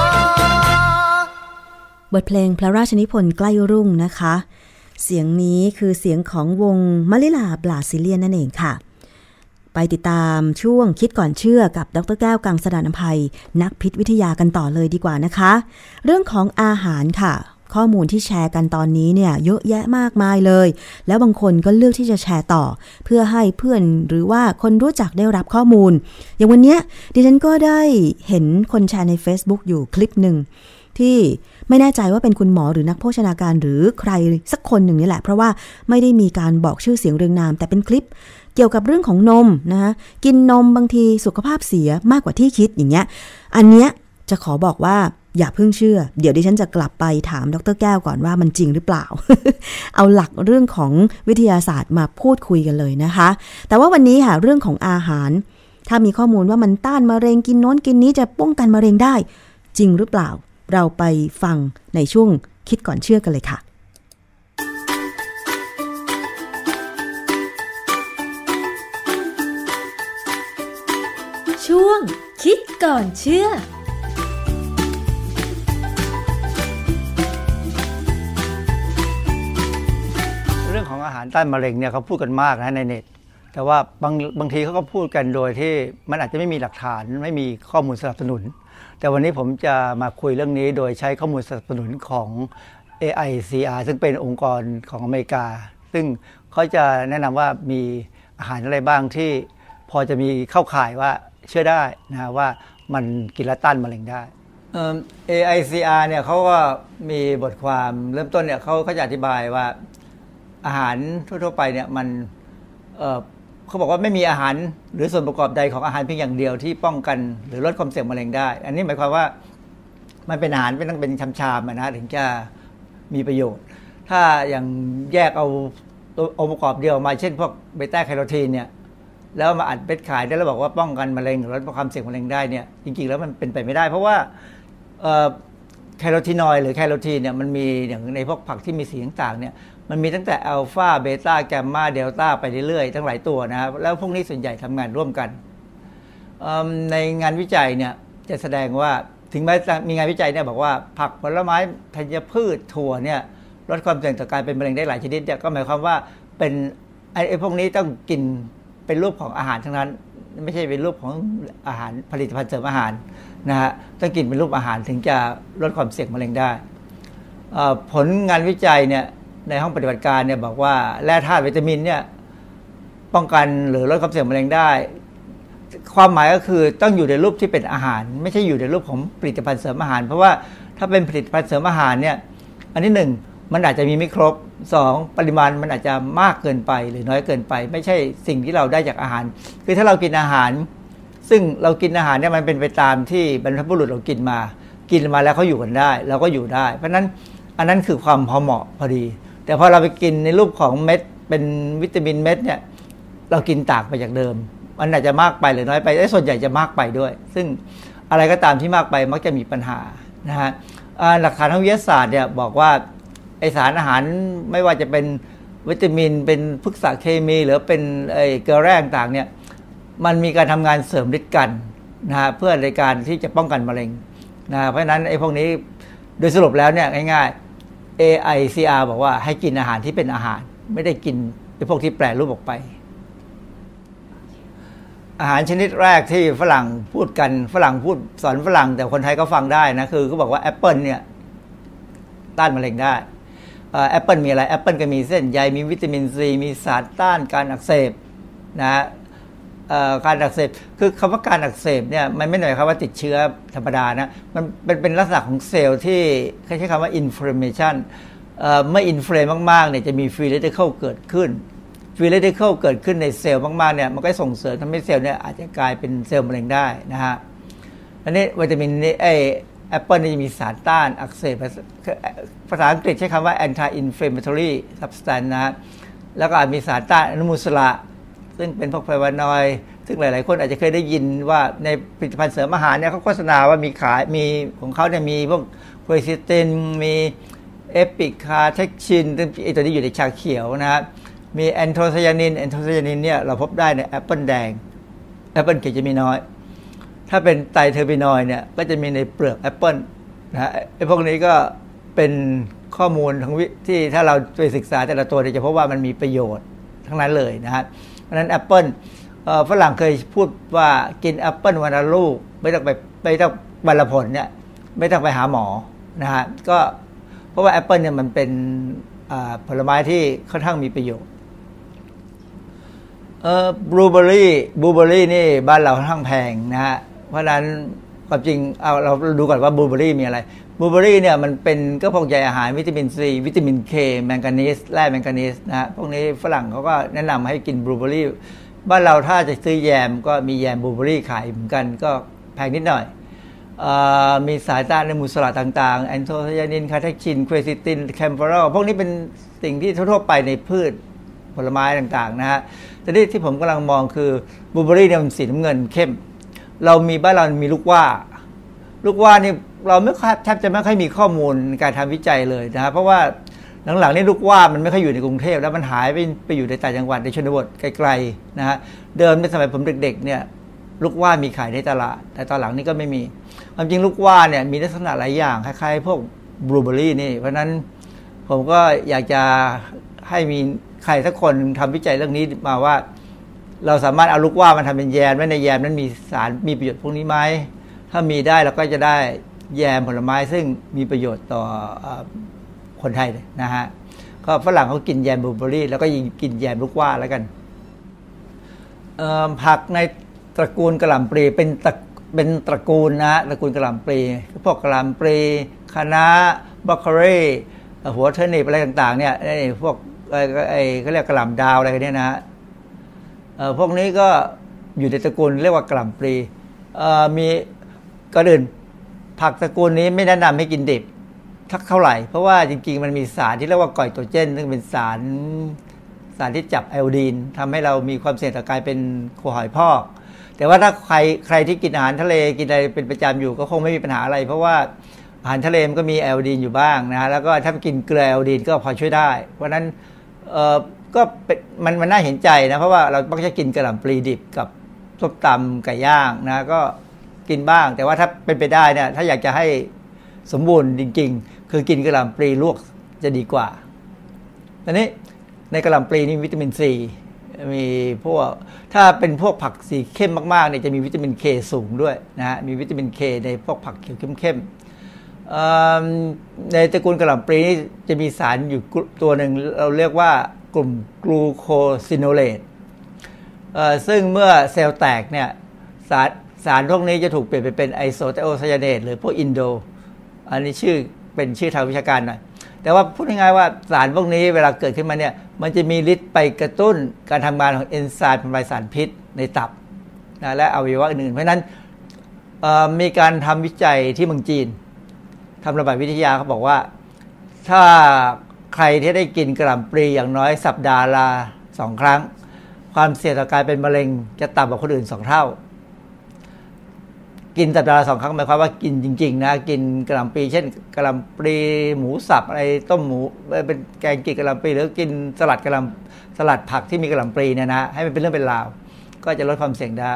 บทเพลงพระราชนิพนธ์ใกล้รุ่งนะคะเสียงนี้คือเสียงของวงมะลิลาบราซิเลียนนั่นเองค่ะไปติดตามช่วงคิดก่อนเชื่อกับดร.แก้วกังสดาลอำไพนักพิษวิทยากันต่อเลยดีกว่านะคะเรื่องของอาหารค่ะข้อมูลที่แชร์กันตอนนี้เนี่ยเยอะแยะมากมายเลยแล้วบางคนก็เลือกที่จะแชร์ต่อเพื่อให้เพื่อนหรือว่าคนรู้จักได้รับข้อมูลอย่างวันนี้ดิฉันก็ได้เห็นคนแชร์ใน Facebook อยู่คลิปหนึ่งที่ไม่แน่ใจว่าเป็นคุณหมอหรือนักโภชนาการหรือใครสักคนหนึ่งนี่แหละเพราะว่าไม่ได้มีการบอกชื่อเสียงเรียงนามแต่เป็นคลิปเกี่ยวกับเรื่องของนมนะคะกินนมบางทีสุขภาพเสียมากกว่าที่คิดอย่างเงี้ยอันเนี้ยจะขอบอกว่าอย่าเพิ่งเชื่อเดี๋ยวดิฉันจะกลับไปถามดร.แก้วก่อนว่ามันจริงหรือเปล่า เอาหลักเรื่องของวิทยาศาสตร์มาพูดคุยกันเลยนะคะแต่ว่าวันนี้ค่ะเรื่องของอาหารถ้ามีข้อมูลว่ามันต้านมะเร็งกินโน้นกินนี้จะป้องกันมะเร็งได้จริงหรือเปล่าเราไปฟังในช่วงคิดก่อนเชื่อกันเลยค่ะช่วงคิดก่อนเชื่อเรื่องของอาหารต้านมะเร็งเนี่ยเขาพูดกันมากนะในเน็ตแต่ว่าบางทีเขาก็พูดกันโดยที่มันอาจจะไม่มีหลักฐานไม่มีข้อมูลสนับสนุนแต่วันนี้ผมจะมาคุยเรื่องนี้โดยใช้ข้อมูลสนับสนุนของ AICR ซึ่งเป็นองค์กรของอเมริกาซึ่งเขาจะแนะนำว่ามีอาหารอะไรบ้างที่พอจะมีเข้าข่ายว่าเชื่อได้นะว่ามันกินแล้วต้านมะเร็งได้AICR เนี่ยเขาก็มีบทความเริ่มต้นเนี่ยเขาจะอธิบายว่าอาหารทั่วๆไปเนี่ยมันเขาบอกว่าไม่มีอาหารหรือส่วนประกอบใดของอาหารเพียงอย่างเดียวที่ป้องกันหรือลดความเสี่ยงมะเร็งได้อันนี้หมายความว่ามันเป็นอาหารต้องเป็นชามๆนะถึงจะมีประโยชน์ถ้าอย่างแยกเอาองค์ประกอบเดียวมาเช่นพวกเบต้าแคโรทีนเนี่ยแล้วมาอัดเม็ดขายได้แล้วบอกว่าป้องกันมะเร็งหรือลดความเสี่ยงมะเร็งได้เนี่ยจริงๆแล้วมันเป็นไปไม่ได้เพราะว่าแคโรทีนอยด์หรือแคโรทีนเนี่ยมันมีอย่างในพวกผักที่มีสีต่างๆเนี่ยมันมีตั้งแต่อัลฟาเบต้าแกมมาเดลต้าไปเรื่อยๆทั้งหลายตัวนะครับแล้วพวกนี้ส่วนใหญ่ทำงานร่วมกันในงานวิจัยเนี่ยจะแสดงว่าถึงแม้มีงานวิจัยเนี่ยบอกว่าผักผลไม้ธัญพืชถั่วเนี่ยลดความเสี่ยงต่อการเป็นมะเร็งได้หลายชนิดเนี่ยก็หมายความว่าเป็นไอ้พวกนี้ต้องกินเป็นรูปของอาหารทั้งนั้นไม่ใช่เป็นรูปของอาหารผลิตภัณฑ์เสริมอาหารนะฮะต้องกินเป็นรูปอาหารถึงจะลดความเสี่ยงมะเร็งได้ผลงานวิจัยเนี่ยในห้องปฏิบัติการเนี่ยบอกว่าแร่ธาตุวิตามินเนี่ยป้องกันหรือลดความเสี่ยงมะเร็งได้ความหมายก็คือต้องอยู่ในรูปที่เป็นอาหารไม่ใช่อยู่ในรูปของผลิตภัณฑ์เสริมอาหารเพราะว่าถ้าเป็นผลิตภัณฑ์เสริมอาหารเนี่ยอันที่1มันอาจจะมีไม่ครบ2ปริมาณมันอาจจะมากเกินไปหรือน้อยเกินไปไม่ใช่สิ่งที่เราได้จากอาหารคือถ้าเรากินอาหารซึ่งเรากินอาหารเนี่ยมันเป็นไปตามที่บรรพบุรุษเรากินมาแล้วเขาอยู่กันได้เราก็อยู่ได้เพราะนั้นอันนั้นคือความพอเหมาะพอดีแต่พอเราไปกินในรูปของเม็ดเป็นวิตามินเม็ดเนี่ยเรากินต่างไปจากเดิมมันอาจจะมากไปหรือน้อยไปแต่ส่วนใหญ่จะมากไปด้วยซึ่งอะไรก็ตามที่มากไปมักจะมีปัญหานะฮะหลักฐานทางวิทยาศาสตร์เนี่ยบอกว่าไอสารอาหารไม่ว่าจะเป็นวิตามินเป็นพฤกษเคมีหรือเป็นเกลือแร่ต่างเนี่ยมันมีการทำงานเสริมฤทธิ์กันนะฮะเพื่อในการที่จะป้องกันมะเร็งนะเพราะฉะนั้นไอ้พวกนี้โดยสรุปแล้วเนี่ยง่ายๆ AICR บอกว่าให้กินอาหารที่เป็นอาหารไม่ได้กินไอ้พวกที่แปรรูปออกไปอาหารชนิดแรกที่ฝรั่งพูดกันฝรั่งพูดสอนฝรั่งแต่คนไทยก็ฟังได้นะคือเขาบอกว่าแอปเปิลเนี่ยต้านมะเร็งได้แอปเปิลมีอะไรแอปเปิลก็มีเส้นใยมีวิตามินซีมีสารต้านการอักเสบนะการอักเสบคือคำว่าการอักเสบเนี่ยมันไม่หน่อยครับว่าติดเชื้อธรรมดานะมันเป็นลักษณะของเซลล์ที่เขาใช้คำว่า inflammation เมื่อ inflame มากๆเนี่ยจะมี free radical เกิดขึ้น free radical เกิดขึ้นในเซลล์มากๆเนี่ยมันก็ส่งเสริมทำให้เซลล์เนี่ยอาจจะกลายเป็นเซลล์มะเร็งได้นะฮะอันนี้วิตามินนี้แอปเปิลนี่จะมีสารต้านอักเสบภาษาอังกฤษใช้คำว่า anti inflammatory substance นะแล้วก็อาจมีสารต้านอนุมูลอิสระซึ่งเป็นพวกไฟวานอยด์ซึ่งหลายๆคนอาจจะเคยได้ยินว่าในผลิตภัณฑ์เสริมอาหารเนี่ยเขาโฆษณาว่ามีขายมีของเขาเนี่ยมีพวกโคซิสตินมีเอปิคาเทคชินไอตัวนี้อยู่ในชาเขียวนะมีแอนโทไซยานินเนี่ยเราพบได้ในแอปเปิลแดงแอปเปิลเขียวจะมีน้อยถ้าเป็นไตรเทอร์บินอยด์เนี่ยก็จะมีในเปลือกแอปเปิลนะฮะไอพวกนี้ก็เป็นข้อมูลทั้งที่ถ้าเราไปศึกษาแต่ละตัวจะพบว่ามันมีประโยชน์ทั้งนั้นเลยนะฮะเพราะฉะนั้นแอปเปิลฝรั่งเคยพูดว่ากินแอปเปิ้ลวันละลูกไม่ต้องวันละผลเนี่ยไม่ต้องไปหาหมอนะฮะก็เพราะว่าแอปเปิ้ลเนี่ยมันเป็นผลไม้ที่ค่อนข้างมีประโยชน์บลูเบอร์รี่นี่บ้านเราค่อนข้างแพงนะฮะเพราะฉะนั้นความจริงเอาเราดูก่อนว่าบลูเบอร์รี่มีอะไรบลูเบอร์รี่เนี่ยมันเป็นก็พวกใยอาหารวิตามินซีวิตามินเคแมงกานีสแร่แมงกานีสนะฮะพวกนี้ฝรั่งเขาก็แนะนำให้กินบลูเบอร์รี่บ้านเราถ้าจะซื้อแยมก็มีแยมบลูเบอร์รี่ขายเหมือนกันก็แพงนิดหน่อยมีสารต้านอนุมูลอิสระต่างๆแอนโทไซยานินคาเทคินควอซิตินแคมเฟอรอลพวกนี้เป็นสิ่งที่ทั่วไปในพืชผลไม้ต่างๆนะฮะแต่ที่ผมกำลังมองคือบลูเบอร์รี่เนี่ยมันสีน้ำเงินเข้มเรามีบ้านเรามีลูกว่านี่เราแทบจะไม่ค่อยมีข้อมูลการทำวิจัยเลยนะฮะเพราะว่าหลังๆนี่ลูกว่ามันไม่ค่อยอยู่ในกรุงเทพแล้วมันหายไปอยู่ในต่างจังหวัดในชนบทไกลๆนะฮะเดิมในสมัยผมเด็กๆเนี่ยลูกว่ามีขายในตลาดแต่ตอนหลังนี่ก็ไม่มีความจริงลูกว่าเนี่ยมีลักษณะหลายอย่างคล้ายๆพวกบลูเบอร์รี่นี่เพราะนั้นผมก็อยากจะให้มีใครสักคนทำวิจัยเรื่องนี้มาว่าเราสามารถเอาลูกว่ามาทำเป็นแยมและในแยมนั้นมีสารมีประโยชน์พวกนี้ไหมถ้ามีได้เราก็จะได้แยมผลไม้ซึ่งมีประโยชน์ต่อคนไทยนะฮะก็ฝรั่งเขากินแยมบลูเบอร์รี่แล้วก็กินแยมลูกว่าแล้วกันผักในตระกูลกะหล่ำปลีเป็นตระกูลนะตระกูลกะหล่ำปลีพวกกะหล่ำปลีคะน้าบรอกโคลีหัวเทอร์นิปอะไรต่างๆเนี่ยพวกเขาเรียกกะหล่ำดาวอะไรกันเนี่ยนะพวกนี้ก็อยู่ในตระกูลเรียกว่ากะหล่ำปลีมีก่อนอื่นผักตระกูลนี้ไม่แนะนำให้กินดิบทักเท่าไหร่เพราะว่าจริงๆมันมีสารที่เรียกว่าไกโตเจนซึ่งเป็นสารที่จับไอโอดีนทำให้เรามีความเสี่ยงต่อการเป็นโคหอยพอกแต่ว่าถ้าใครที่กินอาหารทะเลกินอะไรเป็นประจำอยู่ก็คงไม่มีปัญหาอะไรเพราะว่าอาหารทะเลมันก็มีไอโอดีนอยู่บ้างนะแล้วก็ถ้ากินเกลือไอโอดีนก็พอช่วยได้เพราะนั้นก็มันน่าเห็นใจนะเพราะว่าเรามักจะกินกะหล่ำปลีดิบกับส้มตำไก่ย่างนะก็กินบ้างแต่ว่าถ้าเป็นไปได้เนี่ยถ้าอยากจะให้สมบูรณ์จริงๆคือกินกะหล่ำปลีลวกจะดีกว่าตอนนี้ในกะหล่ำปลีนี่วิตามินซีมีพวกถ้าเป็นพวกผักสีเข้มมากๆเนี่ยจะมีวิตามินเคสูงด้วยนะฮะมีวิตามินเคในพวกผักเขียวเข้มในตระกูลกะหล่ำปลีนี่จะมีสารอยู่ตัวหนึ่งเราเรียกว่ากลุ่มกลูโคซิโนเลตซึ่งเมื่อเซลล์แตกเนี่ยสารพวกนี้จะถูกเปลี่ยนไปเป็นไอโซไทโอไซยาเนตหรือพวกอินโดอันนี้เป็นชื่อทางวิชาการหน่อยแต่ว่าพูดง่ายๆว่าสารพวกนี้เวลาเกิดขึ้นมาเนี่ยมันจะมีฤทธิ์ไปกระตุ้นการทำงานของเอนไซม์ทำลายสารพิษในตับนะและอวัยวะอื่นๆเพราะฉะนั้นมีการทำวิจัยที่เมืองจีนทำระบาดวิทยาเขาบอกว่าถ้าใครที่ได้กินกะหล่ำปลีอย่างน้อยสัปดาห์ละ2 ครั้งความเสี่ยงต่อการเป็นมะเร็งจะต่ำกว่าคนอื่น2 เท่ากินสัปดาห์ละ2 ครั้งหมายความว่ากินจริงๆนะกินกะหล่ำปลีเช่นกะหล่ำปลีหมูสับอะไรต้มหมูเป็นแกงกินกะหล่ำปลีหรือกินสลัดผักที่มีกะหล่ำปลีเนี่ยนะให้มันเป็นเรื่องเป็นราวก็จะลดความเสี่ยงได้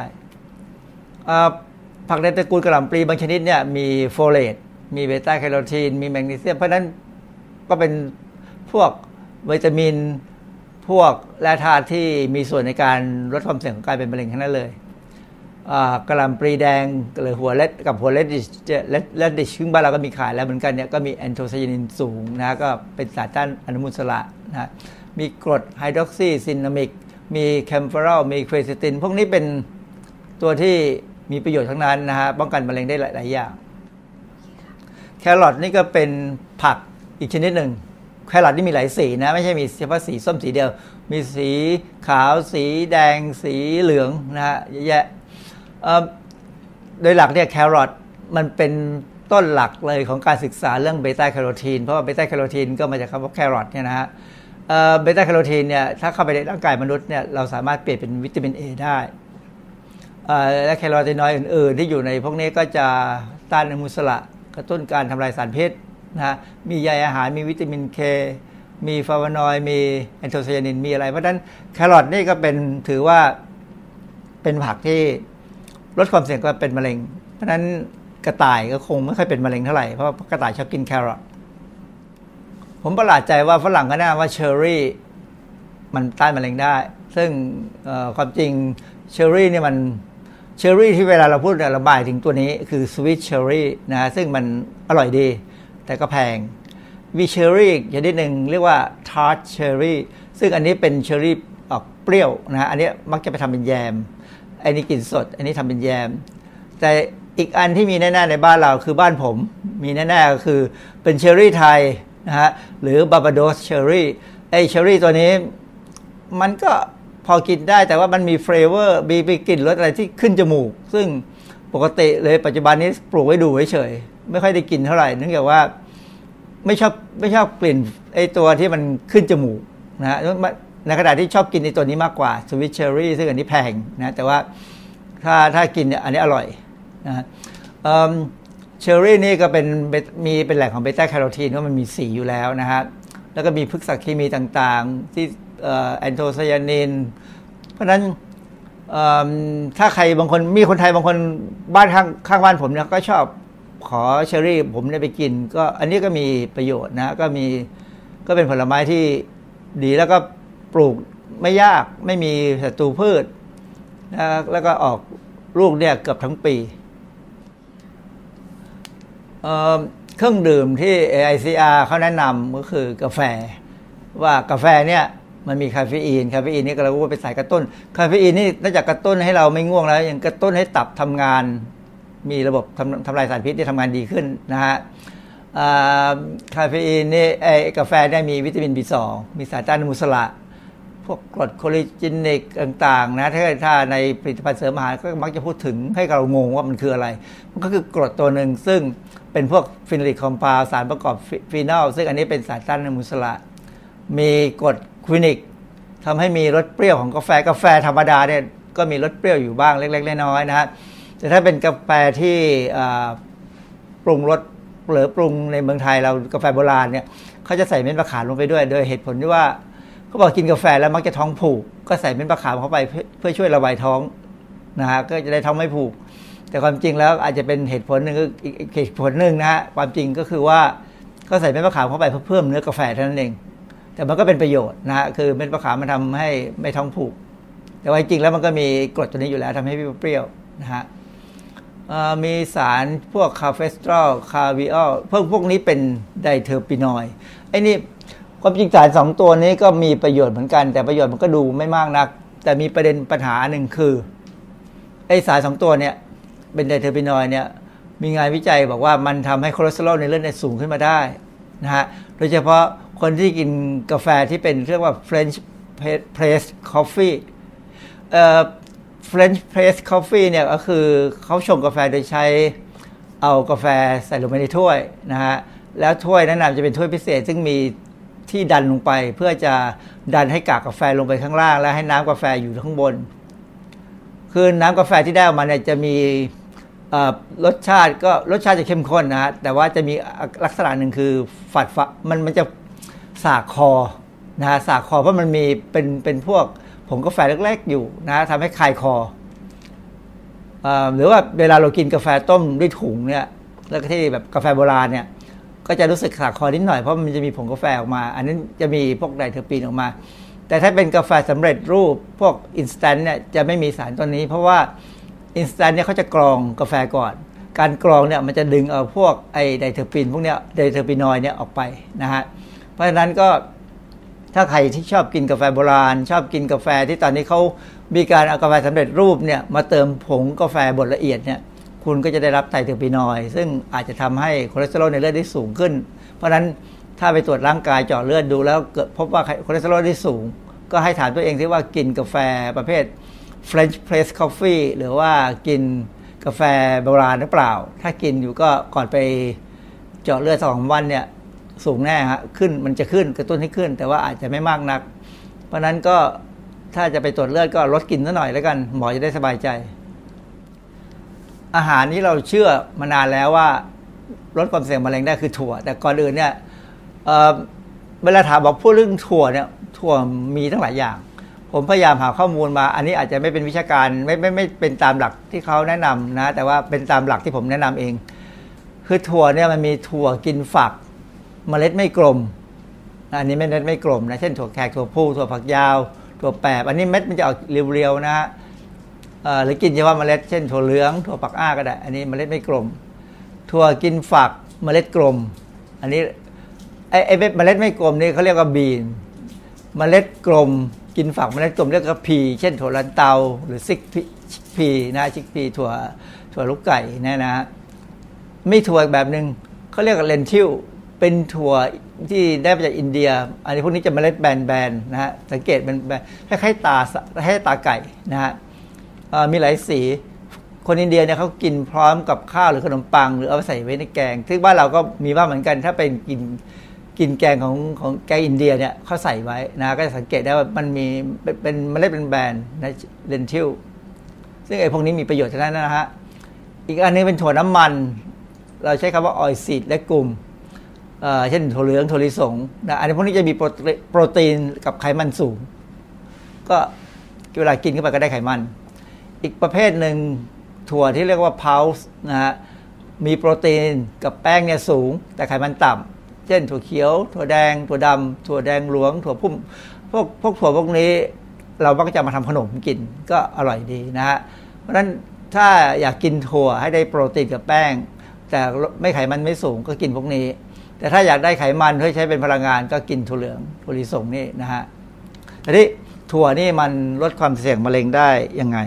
ผักในตระกูลกะหล่ำปลีบางชนิดเนี่ยมีโฟเลตมีเบต้าแคโรทีนมีแมกนีเซียมเพราะนั้นก็เป็นพวกวิตามินพวกแร่ธาตุที่มีส่วนในการลดความเสี่ยงของการเป็นมะเร็งทั้งนั้นเลยกะหล่ำปลีแดงหรือหัวเลดกับหัวเลดดิชซึ่งบ้านเราก็มีขายแล้วเหมือนกันเนี่ยก็มีแอนโทไซยานินสูงนะก็เป็นสารต้านอนุมูลอิสระนะมีกรดไฮดรอกซีซินนามิกมีแคมเฟอรอลมีควอซิตินพวกนี้เป็นตัวที่มีประโยชน์ทั้งนั้นนะฮะป้องกันมะเร็งได้หลายอย่างแครอทนี่ก็เป็นผักอีกชนิดหนึ่งแครอทนี่มีหลายสีนะไม่ใช่มีเฉพาะสีส้มสีเดียวมีสีขาวสีแดงสีเหลืองนะฮะเยอะแยะโดยหลักเนี่ยแครอทมันเป็นต้นหลักเลยของการศึกษาเรื่องเบต้าแคโรทีนเพราะว่าเบต้าแคโรทีนก็มาจากคำว่าแครอทเนี่ยนะฮะเบต้าแคโรทีนเนี่ยถ้าเข้าไปในร่างกายมนุษย์เนี่ยเราสามารถเปลี่ยนเป็นวิตามิน A ได้และแคโรทีนอยด์อื่นๆที่อยู่ในพวกนี้ก็จะต้านอนุมูลอิสระกระตุ้นการทำลายสารพิษนะฮะมีใยอาหารมีวิตามิน K มีฟลาโวนอยด์มีแอนโทไซยานินมีอะไรเพราะฉะนั้นแครอทนี่ก็ถือว่าเป็นผักที่ลดความเสี่ยงการเป็นมะเร็งเพราะฉะนั้นกระต่ายก็คงไม่ค่อยเป็นมะเร็งเท่าไหร่เพราะว่ากระต่ายชอบกินแครอทผมประหลาดใจว่าฝรั่งก็แนะนำว่าเชอร์รี่มันต้านมะเร็งได้ซึ่งความจริงเชอร์รี่เนี่ยมันเชอร์รี่ที่เวลาเราพูดเนี่ยเราหมายถึงตัวนี้คือสวีทเชอร์รี่นะฮะซึ่งมันอร่อยดีแต่ก็แพงมีเชอร์รี่ชนิดหนึ่งเรียกว่าทาร์ตเชอร์รี่ซึ่งอันนี้เป็นเชอร์รี่ออกเปรี้ยวนะฮะอันนี้มักจะไปทำเป็นแยมอันนี้กินสดอันนี้ทำเป็นแยมแต่อีกอันที่มีแน่ๆในบ้านเราคือบ้านผมมีแน่ๆก็คือเป็นเชอร์รี่ไทยนะฮะหรือบาร์บาโดสเชอร์รี่ไอเชอร์รี่ตัวนี้มันก็พอกินได้แต่ว่ามันมีเฟลเวอร์มีกลิ่นรสอะไรที่ขึ้นจมูกซึ่งปกติเลยปัจจุบันนี้ปลูกไว้ดูเฉยๆไม่ค่อยได้กินเท่าไหร่เนื่องจากว่าไม่ชอบกลิ่นไอตัวที่มันขึ้นจมูกนะฮะในขณะที่ชอบกินในตัวนี้มากกว่าสวิตเชอร์รี่ซึ่งอันนี้แพงนะแต่ว่าถ้ากินอันนี้อร่อยนะเชอร์รี่นี่ก็เป็นแหล่งของเบต้าแคโรทีนเพราะมันมีสีอยู่แล้วนะฮะแล้วก็มีพฤกษเคมีต่างๆที่แอนโทไซยานินเพราะฉะนั้นถ้าใครบางคนมีคนไทยบางคนบ้านข้างบ้านผมเนี่ยก็ชอบขอเชอร์รี่ผมได้ไปกินก็อันนี้ก็มีประโยชน์นะก็เป็นผลไม้ที่ดีแล้วก็ปลูกไม่ยากไม่มีศัตรูพืชนะแล้วก็ออกลูกเนี่ยเกือบทั้งปีเครื่องดื่มที่ AICR เขาแนะนำก็คือกาแฟว่ากาแฟเนี่ยมันมีคาเฟอีนนี่ก็เราว่าเป็นสายกระตุ้นคาเฟอีนนี่นอกจากกระตุ้นให้เราไม่ง่วงแล้วยังกระตุ้นให้ตับทำงานมีระบบทำลายสารพิษที่ทำงานดีขึ้นนะฮะคาเฟอีนนี่กาแฟเนี่ยมีวิตามิน B2 มีสารต้านอนุมูลอิสระพวกกรดโคลิจินิกต่างๆนะถ้าในผลิตภัณฑ์เสริมอาหารก็มักจะพูดถึงให้เรางงว่ามันคืออะไรมันก็คือกรดตัวหนึ่งซึ่งเป็นพวกฟิโนลิกคอมเพลสารประกอบฟีนอลซึ่งอันนี้เป็นสารต้านอนุมูลอิสระมีกรดควินิกทำให้มีรสเปรี้ยวของกาแฟธรรมดาเนี่ยก็มีรสเปรี้ยวอยู่บ้างเล็กๆน้อยๆนะฮะแต่ถ้าเป็นกาแฟที่ปรุงรสหรือปรุงในเมืองไทยเรากาแฟโบราณเนี่ยเขาจะใส่เม็ดมะขามลงไปด้วยโดยเหตุผลที่ว่าเขาบอกกินกาแฟแล้วมักจะท้องผูกก็ใส่เม็ดมะขามเข้าไปเพื่อช่วยระบายท้องนะฮะก็จะได้ท้องไม่ผูกแต่ความจริงแล้วอาจจะเป็นเหตุผลหนึ่งอีกเหตุผลหนึ่งนะฮะความจริงก็คือว่าเขาใส่เม็ดมะขามเข้าไปเพื่อเพิ่มเนื้อกาแฟเท่านั้นเองแต่มันก็เป็นประโยชน์นะฮะคือเม็ดมะขามมันทำให้ไม่ท้องผูกแต่ว่าจริงแล้วมันก็มีกรดตัวนี้อยู่แล้วทำให้เปรี้ยวนะฮะมีสารพวกคาเฟสตรอลคาวิออลพวกนี้เป็นไดเทอร์ปินอยด์ไอ้นี่ความจริงสาร2ตัวนี้ก็มีประโยชน์เหมือนกันแต่ประโยชน์มันก็ดูไม่มากนักแต่มีประเด็นปัญหาหนึ่งคือไอ้สาร2ตัวเนี่ยเป็นไดเทอร์ปินอยด์เนี่ยมีงานวิจัยบอกว่ามันทำให้คอเลสเตอรอลในเลือดสูงขึ้นมาได้นะฮะโดยเฉพาะคนที่กินกาแฟที่เป็นเรียกว่า French press coffee French press coffee เนี่ยก็คือเขาชงกาแฟโดยใช้เอากาแฟใส่ลงไปในถ้วยนะฮะแล้วถ้วยนั้นจะเป็นถ้วยพิเศษซึ่งมีที่ดันลงไปเพื่อจะดันให้กากกาแฟลงไปข้างล่างแล้วให้น้ำกาแฟอยู่ข้างบนคือน้ำกาแฟที่ได้ออกมาเนี่ยจะมีรสชาติจะเข้มข้นนะฮะแต่ว่าจะมีลักษณะหนึ่งคือฝาดมันจะสากคอนะฮะสากคอเพราะมันมีเป็นพวกผงกาแฟเล็กๆอยู่นะทำให้คลายคอหรือว่าเวลาเรากินกาแฟต้มด้วยถุงเนี่ยแล้วก็ที่แบบกาแฟโบราณเนี่ยก็จะรู้สึกสากคอนิดหน่อยเพราะมันจะมีผงกาแฟออกมาอันนั้นจะมีพวกไดเทอร์ปีนออกมาแต่ถ้าเป็นกาแฟสำเร็จรูปพวกอินสแตนต์เนี่ยจะไม่มีสารตัวนี้เพราะว่าอินสแตนต์เนี่ยเขาจะกรองกาแฟก่อนการกรองเนี่ยมันจะดึงเอาพวกไอไดเทอร์ปีนพวกเนี้ยไดเทอร์ปีนอยด์เนี่ยออกไปนะฮะเพราะฉะนั้นก็ถ้าใครที่ชอบกินกาแฟโบราณชอบกินกาแฟที่ตอนนี้เขามีการเอากาแฟสำเร็จรูปเนี่ยมาเติมผงกาแฟบดละเอียดเนี่ยคุณก็จะได้รับไดเทอร์ปีนอยด์ซึ่งอาจจะทำให้คอเลสเตอรอลในเลือดได้สูงขึ้นเพราะฉะนั้นถ้าไปตรวจร่างกายเจาะเลือดดูแล้วเกิดพบว่าคอเลสเตอรอลได้สูงก็ให้ถามตัวเองที่ว่ากินกาแฟประเภท French press coffee หรือว่ากินกาแฟโบราณหรือเปล่าถ้ากินอยู่ก็ก่อนไปเจาะเลือด2 วันเนี่ยสูงแน่ฮะขึ้นมันจะขึ้นกระตุ้นให้ขึ้นแต่ว่าอาจจะไม่มากนักเพราะนั้นก็ถ้าจะไปตรวจเลือดก็ลดกินซะหน่อยแล้วกันหมอจะได้สบายใจอาหารที่เราเชื่อมานานแล้วว่าลดความเสี่ยงมะเร็งได้คือถั่วแต่ก่อนอื่นเนี่ยเวลาถามบอกพูดเรื่องถั่วเนี่ยถั่วมีตั้งหลายอย่างผมพยายามหาข้อมูลมาอันนี้อาจจะไม่เป็นวิชาการไม่เป็นตามหลักที่เขาแนะนำนะแต่ว่าเป็นตามหลักที่ผมแนะนำเองคือถั่วเนี่ยมันมีถั่วกินฝักเมล็ดไม่กลมอันนี้เมล็ดไม่กลมนะเช่นถั่วแขกถั่วพูถั่วฝักยาวถั่วแปบอันนี้เม็ดมันจะออกเรียวๆนะฮะหรือกินเฉพาะเมล็ดเช่นถั่วเหลืองถั่วฝักอ้าก็ได้อันนี้เมล็ดไม่กลมถั่วกินฝักเมล็ดกลมอันนี้ไอ้เมล็ดไม่กลมนี่เขาเรียกว่าบีนเมล็ดกลมกินฝักเมล็ดกลมเรียกว่าพีเช่นถั่วลันเตาหรือซิกพีนะชิกพีถั่วลูกไก่นะฮะมีถั่วแบบนึงเขาเรียกว่าเลนทิลเป็นถั่วที่ได้มาจากอินเดียอันนี้พวกนี้จะเมล็ดแบนๆนะฮะสังเกตเป็นคล้ายๆตาไก่นะฮะมีหลายสีคนอินเดียเนี่ยเขากินพร้อมกับข้าวหรือขนมปังหรือเอาไปใส่ไว้ในแกงซึ่งบ้านเราก็มีบ้างเหมือนกันถ้าเป็นกินแกงของแกงอินเดียเนี่ยเขาใส่ไว้นะก็จะสังเกตได้ว่ามันมีเป็นเมล็ดเป็นแบนนะเลนทิลซึ่งไอ้พวกนี้มีประโยชน์ทั้งนั้นนะฮะอีกอันนึงเป็นถั่วน้ำมันเราใช้คำว่าออยซีดและกลุ่มเช่นถั่วเหลืองถั่วลิสงนะอันนี้พวกนี้จะมีโปรตีนกับไขมันสูงก็เวลากินเข้าไปก็ได้ไขมันอีกประเภทหนึ่งถั่วที่เรียกว่าพาวส์นะฮะมีโปรตีนกับแป้งเนี่ยสูงแต่ไขมันต่ำเช่นถั่วเขียวถั่วแดงถั่วดำถั่วแดงหลวงถั่วพุ่มพวกถั่วพวกนี้เรามักจะมาทำขนมกินก็อร่อยดีนะฮะเพราะฉะนั้นถ้าอยากกินถั่วให้ได้โปรตีนกับแป้งแต่ไม่ไขมันไม่สูงก็กินพวกนี้แต่ถ้าอยากได้ไขมันเพื่อใช้เป็นพลังงานก็กินถั่วเหลืองถั่วลิสงนี่นะฮะทีนี้ถั่วนี่มันลดความเสี่ยงมะเร็งได้ยังไง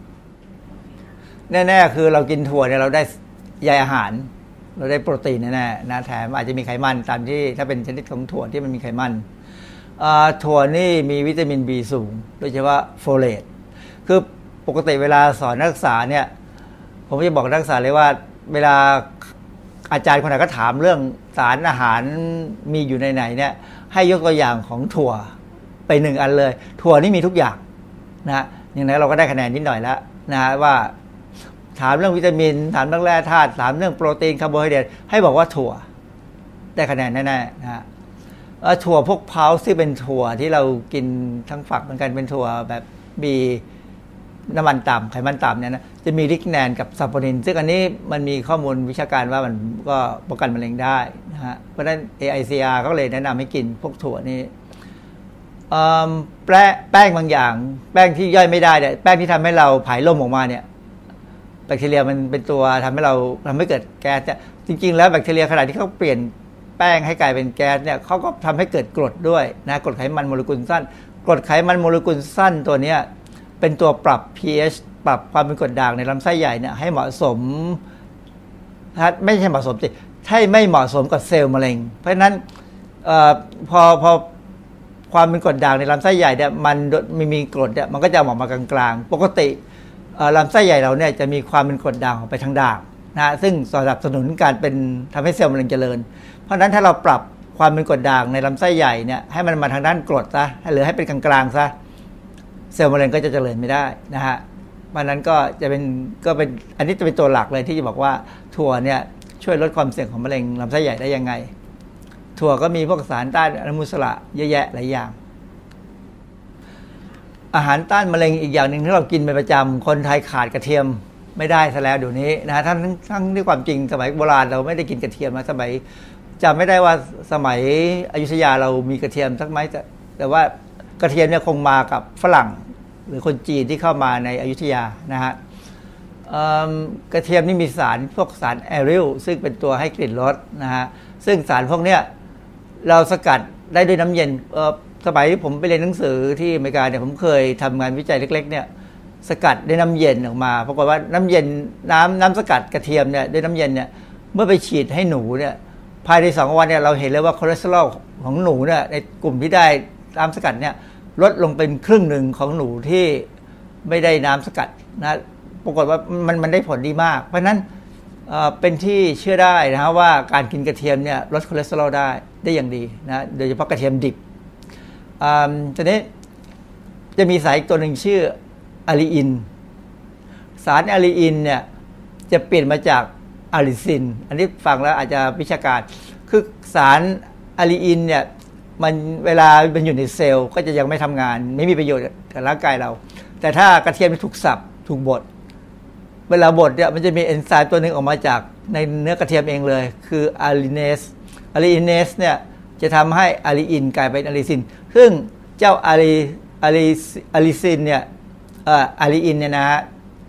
แน่ๆคือเรากินถั่วเนี่ยเราได้ใยอาหารเราได้โปรตีนแน่ๆนะแถมอาจจะมีไขมันตามที่ถ้าเป็นชนิดของถั่วที่มันมีไขมันถั่วนี่มีวิตามิน B สูงโดยเฉพาะโฟเลตคือปกติเวลาสอนนักศึกษาเนี่ยผมจะบอกนักศึกษาเลยว่าเวลาอาจารย์คนไหนก็ถามเรื่องสารอาหารมีอยู่ในไหนเนี่ยให้ยกตัวอย่างของถั่วไป1อันเลยถั่วนี่มีทุกอย่างนะอย่างนั้นเราก็ได้คะแนนนิดหน่อยแล้วนะว่าถามเรื่องวิตามินถามเรื่องแร่ธาตุถามเรื่องโปรตีนคาร์โบไฮเดรตให้บอกว่าถั่วได้คะแนนแน่ๆนะฮะถั่วพวกพาวที่เป็นถั่วที่เรากินทั้งฝักเหมือนกันเป็นถั่วแบบมีน้ำมันต่ำไขมันต่ำเนี่ยนะจะมีลิกแนนกับซัปโปนินซึ่งอันนี้มันมีข้อมูลวิชาการว่ามันก็ป้องกันมะเร็งได้นะฮะเพราะฉะนั้น AICR ก็เลยแนะนำให้กินพวกถั่วนี้แป้งบางอย่างแป้งที่ย่อยไม่ได้เนี่ยแป้งที่ทำให้เราผายลมออกมาเนี่ยแบคทีเรียมันเป็นตัวทำให้เกิดแก๊สจริงๆแล้วแบคทีเรียขณะที่เขาเปลี่ยนแป้งให้กลายเป็นแก๊สเนี่ยเขาก็ทำให้เกิดกรดด้วยนะกรดไขมันโมเลกุลสั้นกรดไขมันโมเลกุลสั้นตัวนี้เป็นตัวปรับ pH ปรับความเป็นกรดด่างในลำไส้ใหญ่เนี่ยให้เหมาะสมไม่ใช่เหมาะสมสิให้ไม่เหมาะสมกับเซลล์มะเร็งเพราะฉะนั้นพอความเป็นกรดด่างในลำไส้ใหญ่เนี่ยมันมีกรดเนี่ยมันก็จะออกมากลางๆปกติลำไส้ใหญ่เราเนี่ยจะมีความเป็นกรดด่างออกไปทางด่างนะซึ่งสนับสนุนการเป็นทำให้เซลล์มะเร็งเจริญเพราะฉะนั้นถ้าเราปรับความเป็นกรดด่างในลำไส้ใหญ่เนี่ยให้มันมาทางด้านกรดซะหรือให้เป็นกลางๆซะเซลล์มะเร็งก็จะเจริญไม่ได้นะฮะเพราะนั้นก็เป็นอันนี้จะเป็นตัวหลักเลยที่จะบอกว่าถั่วเนี่ยช่วยลดความเสี่ยงของมะเร็งลำไส้ใหญ่ได้ยังไงถั่วก็มีพวกสารต้านอนุมูลอิสระเยอะแยะหลายอย่างอาหารต้านมะเร็งอีกอย่างหนึ่งที่เรากินเป็นประจำคนไทยขาดกระเทียมไม่ได้ซะแล้วเดี๋ยวนี้นะทั้งที่ความจริงสมัยโบราณเราไม่ได้กินกระเทียมนะสมัยจำไม่ได้ว่าสมัยอยุธยาเรามีกระเทียมสักไหมแต่ว่ากระเทียมเนี่ยคงมากับฝรั่งหรือคนจีนที่เข้ามาในอยุธยานะฮะกระเทียมนี่มีพวกสารแอริลซึ่งเป็นตัวให้กลิ่นรสนะฮะซึ่งสารพวกเนี้ยเราสกัดได้ด้วยน้ำเย็นสมัยที่ผมไปเรียนหนังสือที่อเมริกาเนี่ยผมเคยทำงานวิจัยเล็กๆเนี่ยสกัดด้วยน้ำเย็นออกมาปรากฏว่าน้ำเย็นน้ำสกัดกระเทียมเนี่ยด้วยน้ำเย็นเนี่ยเมื่อไปฉีดให้หนูเนี่ยภายใน2 วันเนี่ยเราเห็นเลยว่าคอเลสเตอรอลของหนูเนี่ยในกลุ่มที่ได้น้ำสกัดเนี่ยลดลงเป็นครึ่งหนึ่งของหนูที่ไม่ได้น้ำสกัดนะปรากฏว่ามันได้ผลดีมากเพราะฉะนั้นเป็นที่เชื่อได้นะฮะว่าการกินกระเทียมเนี่ยลดคอเลสเตอรอลได้อย่างดีนะโดยเฉพาะกระเทียมดิบทีนี้จะมีสารอีกตัวหนึ่งชื่ออะลีอินสารอะลีอินเนี่ยจะเปลี่ยนมาจากอะลิซินอันนี้ฟังแล้วอาจจะวิชาการคือสารอะลีอินเนี่ยมันเวลามันอยู่ในเซลล์ก็จะยังไม่ทำงานไม่มีประโยชน์กับร่างกายเราแต่ถ้ากระเทียมถูกสับถูกบดเวลาบดเนี่ยมันจะมีเอนไซม์ตัวหนึ่งออกมาจากในเนื้อกระเทียมเองเลยคืออะลีเนสเนี่ยจะทำให้อะลีอินกลายเป็นอะลีซินซึ่งเจ้าอะลีซินเนี่ยอะลีอินเนี่ยนะ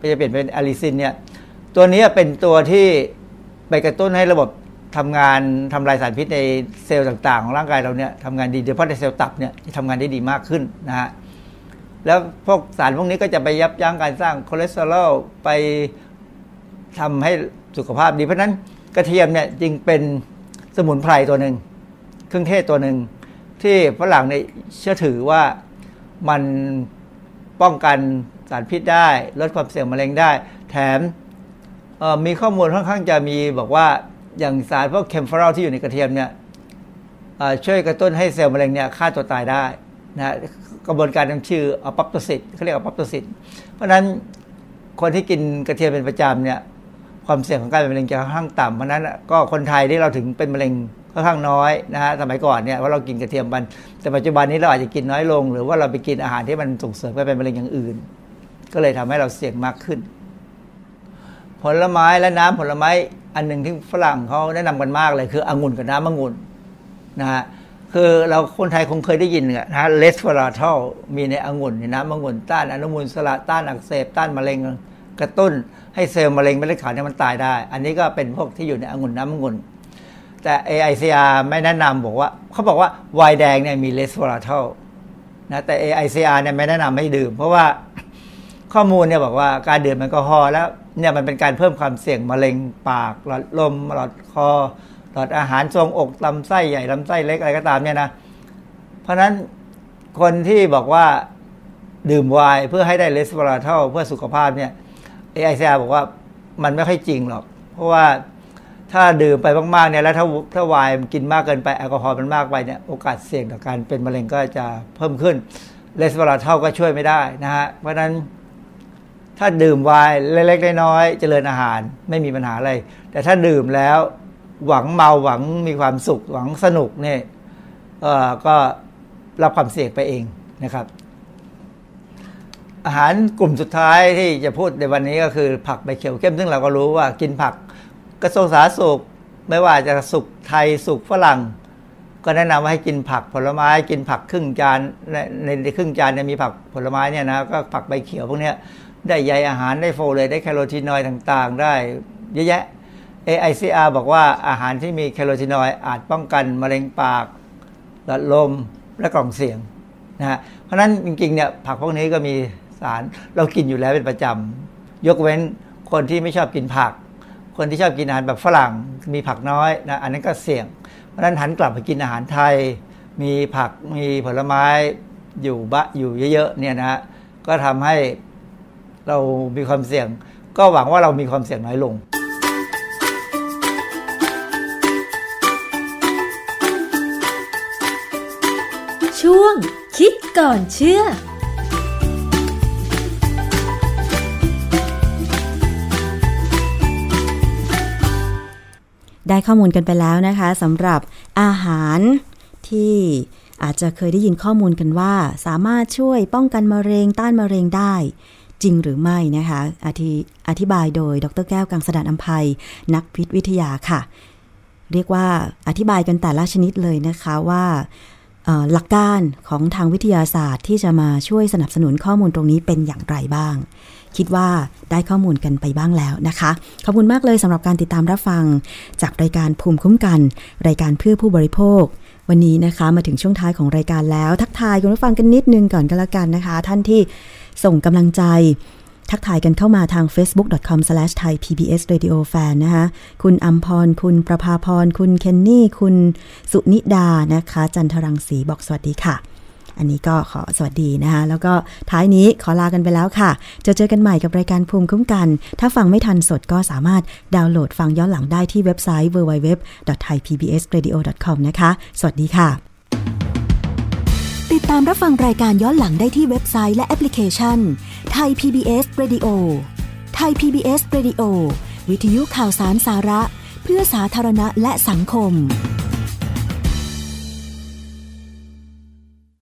จะเปลี่ยนเป็นอะลิซินเนี่ยตัวนี้เป็นตัวที่ไปกระตุ้นให้ระบบทำงานทำลายสารพิษในเซลล์ต่างๆของร่างกายเราเนี่ยทำงานดีโดยเฉพาะในเซลล์ตับเนี่ยจะทำงานได้ดีมากขึ้นนะฮะแล้วพวกสารพวกนี้ก็จะไปยับยั้งการสร้างคอเลสเตอรอลไปทำให้สุขภาพดีเพราะนั้นกระเทียมเนี่ยจึงเป็นสมุนไพรตัวหนึ่งเครื่องเทศตัวหนึ่งที่ฝรั่งเนี่ยเชื่อถือว่ามันป้องกันสารพิษได้ลดความเสี่ยงมะเร็งได้แถมมีข้อมูลค่อนข้างจะมีบอกว่าอย่างสารพวกเคมฟอรัลที่อยู่ในกระเทียมเนี่ยช่วยกระตุ้นให้เซลล์มะเร็งเนี่ยฆ่าตัวตายได้นะกระบวนการนั้นชื่ออะปอปโตซิสเขาเรียกอะปอปโตซิสเพราะฉะนั้นคนที่กินกระเทียมเป็นประจำเนี่ยความเสี่ยงของการเป็นมะเร็งจะค่อนข้างต่ำเพราะนั้นก็คนไทยที่เราถึงเป็นมะเร็งค่อนข้างน้อยนะฮะสมัยก่อนเนี่ยเพราะเรากินกระเทียมมันแต่ปัจจุบันนี้เราอาจจะกินน้อยลงหรือว่าเราไปกินอาหารที่มันส่งเสริมให้เป็นมะเร็งอย่างอื่นก็เลยทำให้เราเสี่ยงมากขึ้นผลไม้และน้ำผลไม้อันหนึ่งที่ฝรั่งเขาแนะนำกันมากเลยคือองุ่นกับน้ำองุ่นนะฮะคือเราคนไทยคงเคยได้ยินนะฮะเลสเวอราทอลมีในองุ่นในน้ำองุ่นต้านอนุมูลอิสระต้านอักเสบต้านมะเร็งกระตุ้นให้เซลล์มะเร็งเม็ดเลือดขาวเนี่ยมันตายได้อันนี้ก็เป็นพวกที่อยู่ในองุ่นน้ำองุ่นแต่ AICR ไม่แนะนำบอกว่าเขาบอกว่าไวน์แดงเนี่ยมีเลสเวอราทอลนะแต่ AICR เนี่ยไม่แนะนำให้ดื่มเพราะว่าข้อมูลเนี่ยบอกว่าการดื่มแอลกอฮอล์แล้วเนี่ยมันเป็นการเพิ่มความเสี่ยงมะเร็งปากหลอดลมหลอดคอหลอดอาหารทรวงอกลำไส้ใหญ่ลำไส้เล็กอะไรก็ตามเนี่ยนะเพราะนั้นคนที่บอกว่าดื่มไวน์เพื่อให้ได้เลสเวอราทอลเพื่อสุขภาพเนี่ย AICR บอกว่ามันไม่ค่อยจริงหรอกเพราะว่าถ้าดื่มไปมากๆเนี่ยแล้วถ้าไวน์กินมากเกินไปแอลกอฮอล์มันมากไปเนี่ยโอกาสเสี่ยงต่อการเป็นมะเร็งก็จะเพิ่มขึ้นเลสเวอราทอลก็ช่วยไม่ได้นะฮะเพราะนั้นถ้าดื่มไวน์เล็กๆน้อยๆเจริญอาหารไม่มีปัญหาอะไรแต่ถ้าดื่มแล้วหวังเมาหวังมีความสุขหวังสนุกเนี่ยก็รับความเสี่ยงไปเองนะครับอาหารกลุ่มสุดท้ายที่จะพูดในวันนี้ก็คือผักใบเขียวเข้มซึ่งเราก็รู้ว่ากินผักกระทรวงสาธารณสุขไม่ว่าจะสุขไทยสุขฝรั่งก็แนะนำว่าให้กินผักผลไม้กินผักครึ่งจานในครึ่งจานเนี่ยมีผักผลไม้เนี่ยนะก็ผักใบเขียวพวกนี้ได้ใยอาหารได้โฟเลตได้แคโรทีนอยด์ต่างๆได้เยอะแยะ AICR บอกว่าอาหารที่มีแคโรทีนอยด์อาจป้องกันมะเร็งปากหลอดลมและกล่องเสียงนะฮะเพราะฉะนั้นจริงๆเนี่ยผักพวกนี้ก็มีสารเรากินอยู่แล้วเป็นประจำยกเว้นคนที่ไม่ชอบกินผักคนที่ชอบกินอาหารแบบฝรั่งมีผักน้อยนะอันนั้นก็เสี่ยงเพราะฉะนั้นหันกลับไปกินอาหารไทยมีผักมีผลไม้อยู่เยอะๆเนี่ยนะก็ทำให้เรามีความเสี่ยงก็หวังว่าเรามีความเสี่ยงน้อยลงช่วงคิดก่อนเชื่อได้ข้อมูลกันไปแล้วนะคะสำหรับอาหารที่อาจจะเคยได้ยินข้อมูลกันว่าสามารถช่วยป้องกันมะเร็งต้านมะเร็งได้จริงหรือไม่นะคะอธิบายโดยดร.แก้วกังสดาลอำไพนักพิษวิทยาค่ะเรียกว่าอธิบายกันแต่ละชนิดเลยนะคะว่าหลักการของทางวิทยาศาสตร์ที่จะมาช่วยสนับสนุนข้อมูลตรงนี้เป็นอย่างไรบ้างคิดว่าได้ข้อมูลกันไปบ้างแล้วนะคะขอบคุณมากเลยสำหรับการติดตามรับฟังจากรายการภูมิคุ้มกันรายการเพื่อผู้บริโภควันนี้นะคะมาถึงช่วงท้ายของรายการแล้วทักทายคุณผู้ฟังกันนิดนึงก่อนก็แล้วกันนะคะท่านที่ส่งกำลังใจทักทายกันเข้ามาทาง facebook.com/thaipbsradiofan นะคะคุณอัมพรคุณประภาพรคุณเคนนี่คุณสุนิดานะคะจันทรังสีบอกสวัสดีค่ะอันนี้ก็ขอสวัสดีนะคะแล้วก็ท้ายนี้ขอลากันไปแล้วค่ะเจอกันใหม่กับรายการภูมิคุ้มกันถ้าฟังไม่ทันสดก็สามารถดาวน์โหลดฟังย้อนหลังได้ที่เว็บไซต์ www.thaipbsradio.com นะคะสวัสดีค่ะติดตามรับฟังรายการย้อนหลังได้ที่เว็บไซต์และแอปพลิเคชัน Thai PBS Radio Thai PBS Radio วิทยุข่าวสารสาระเพื่อสาธารณะและสังคม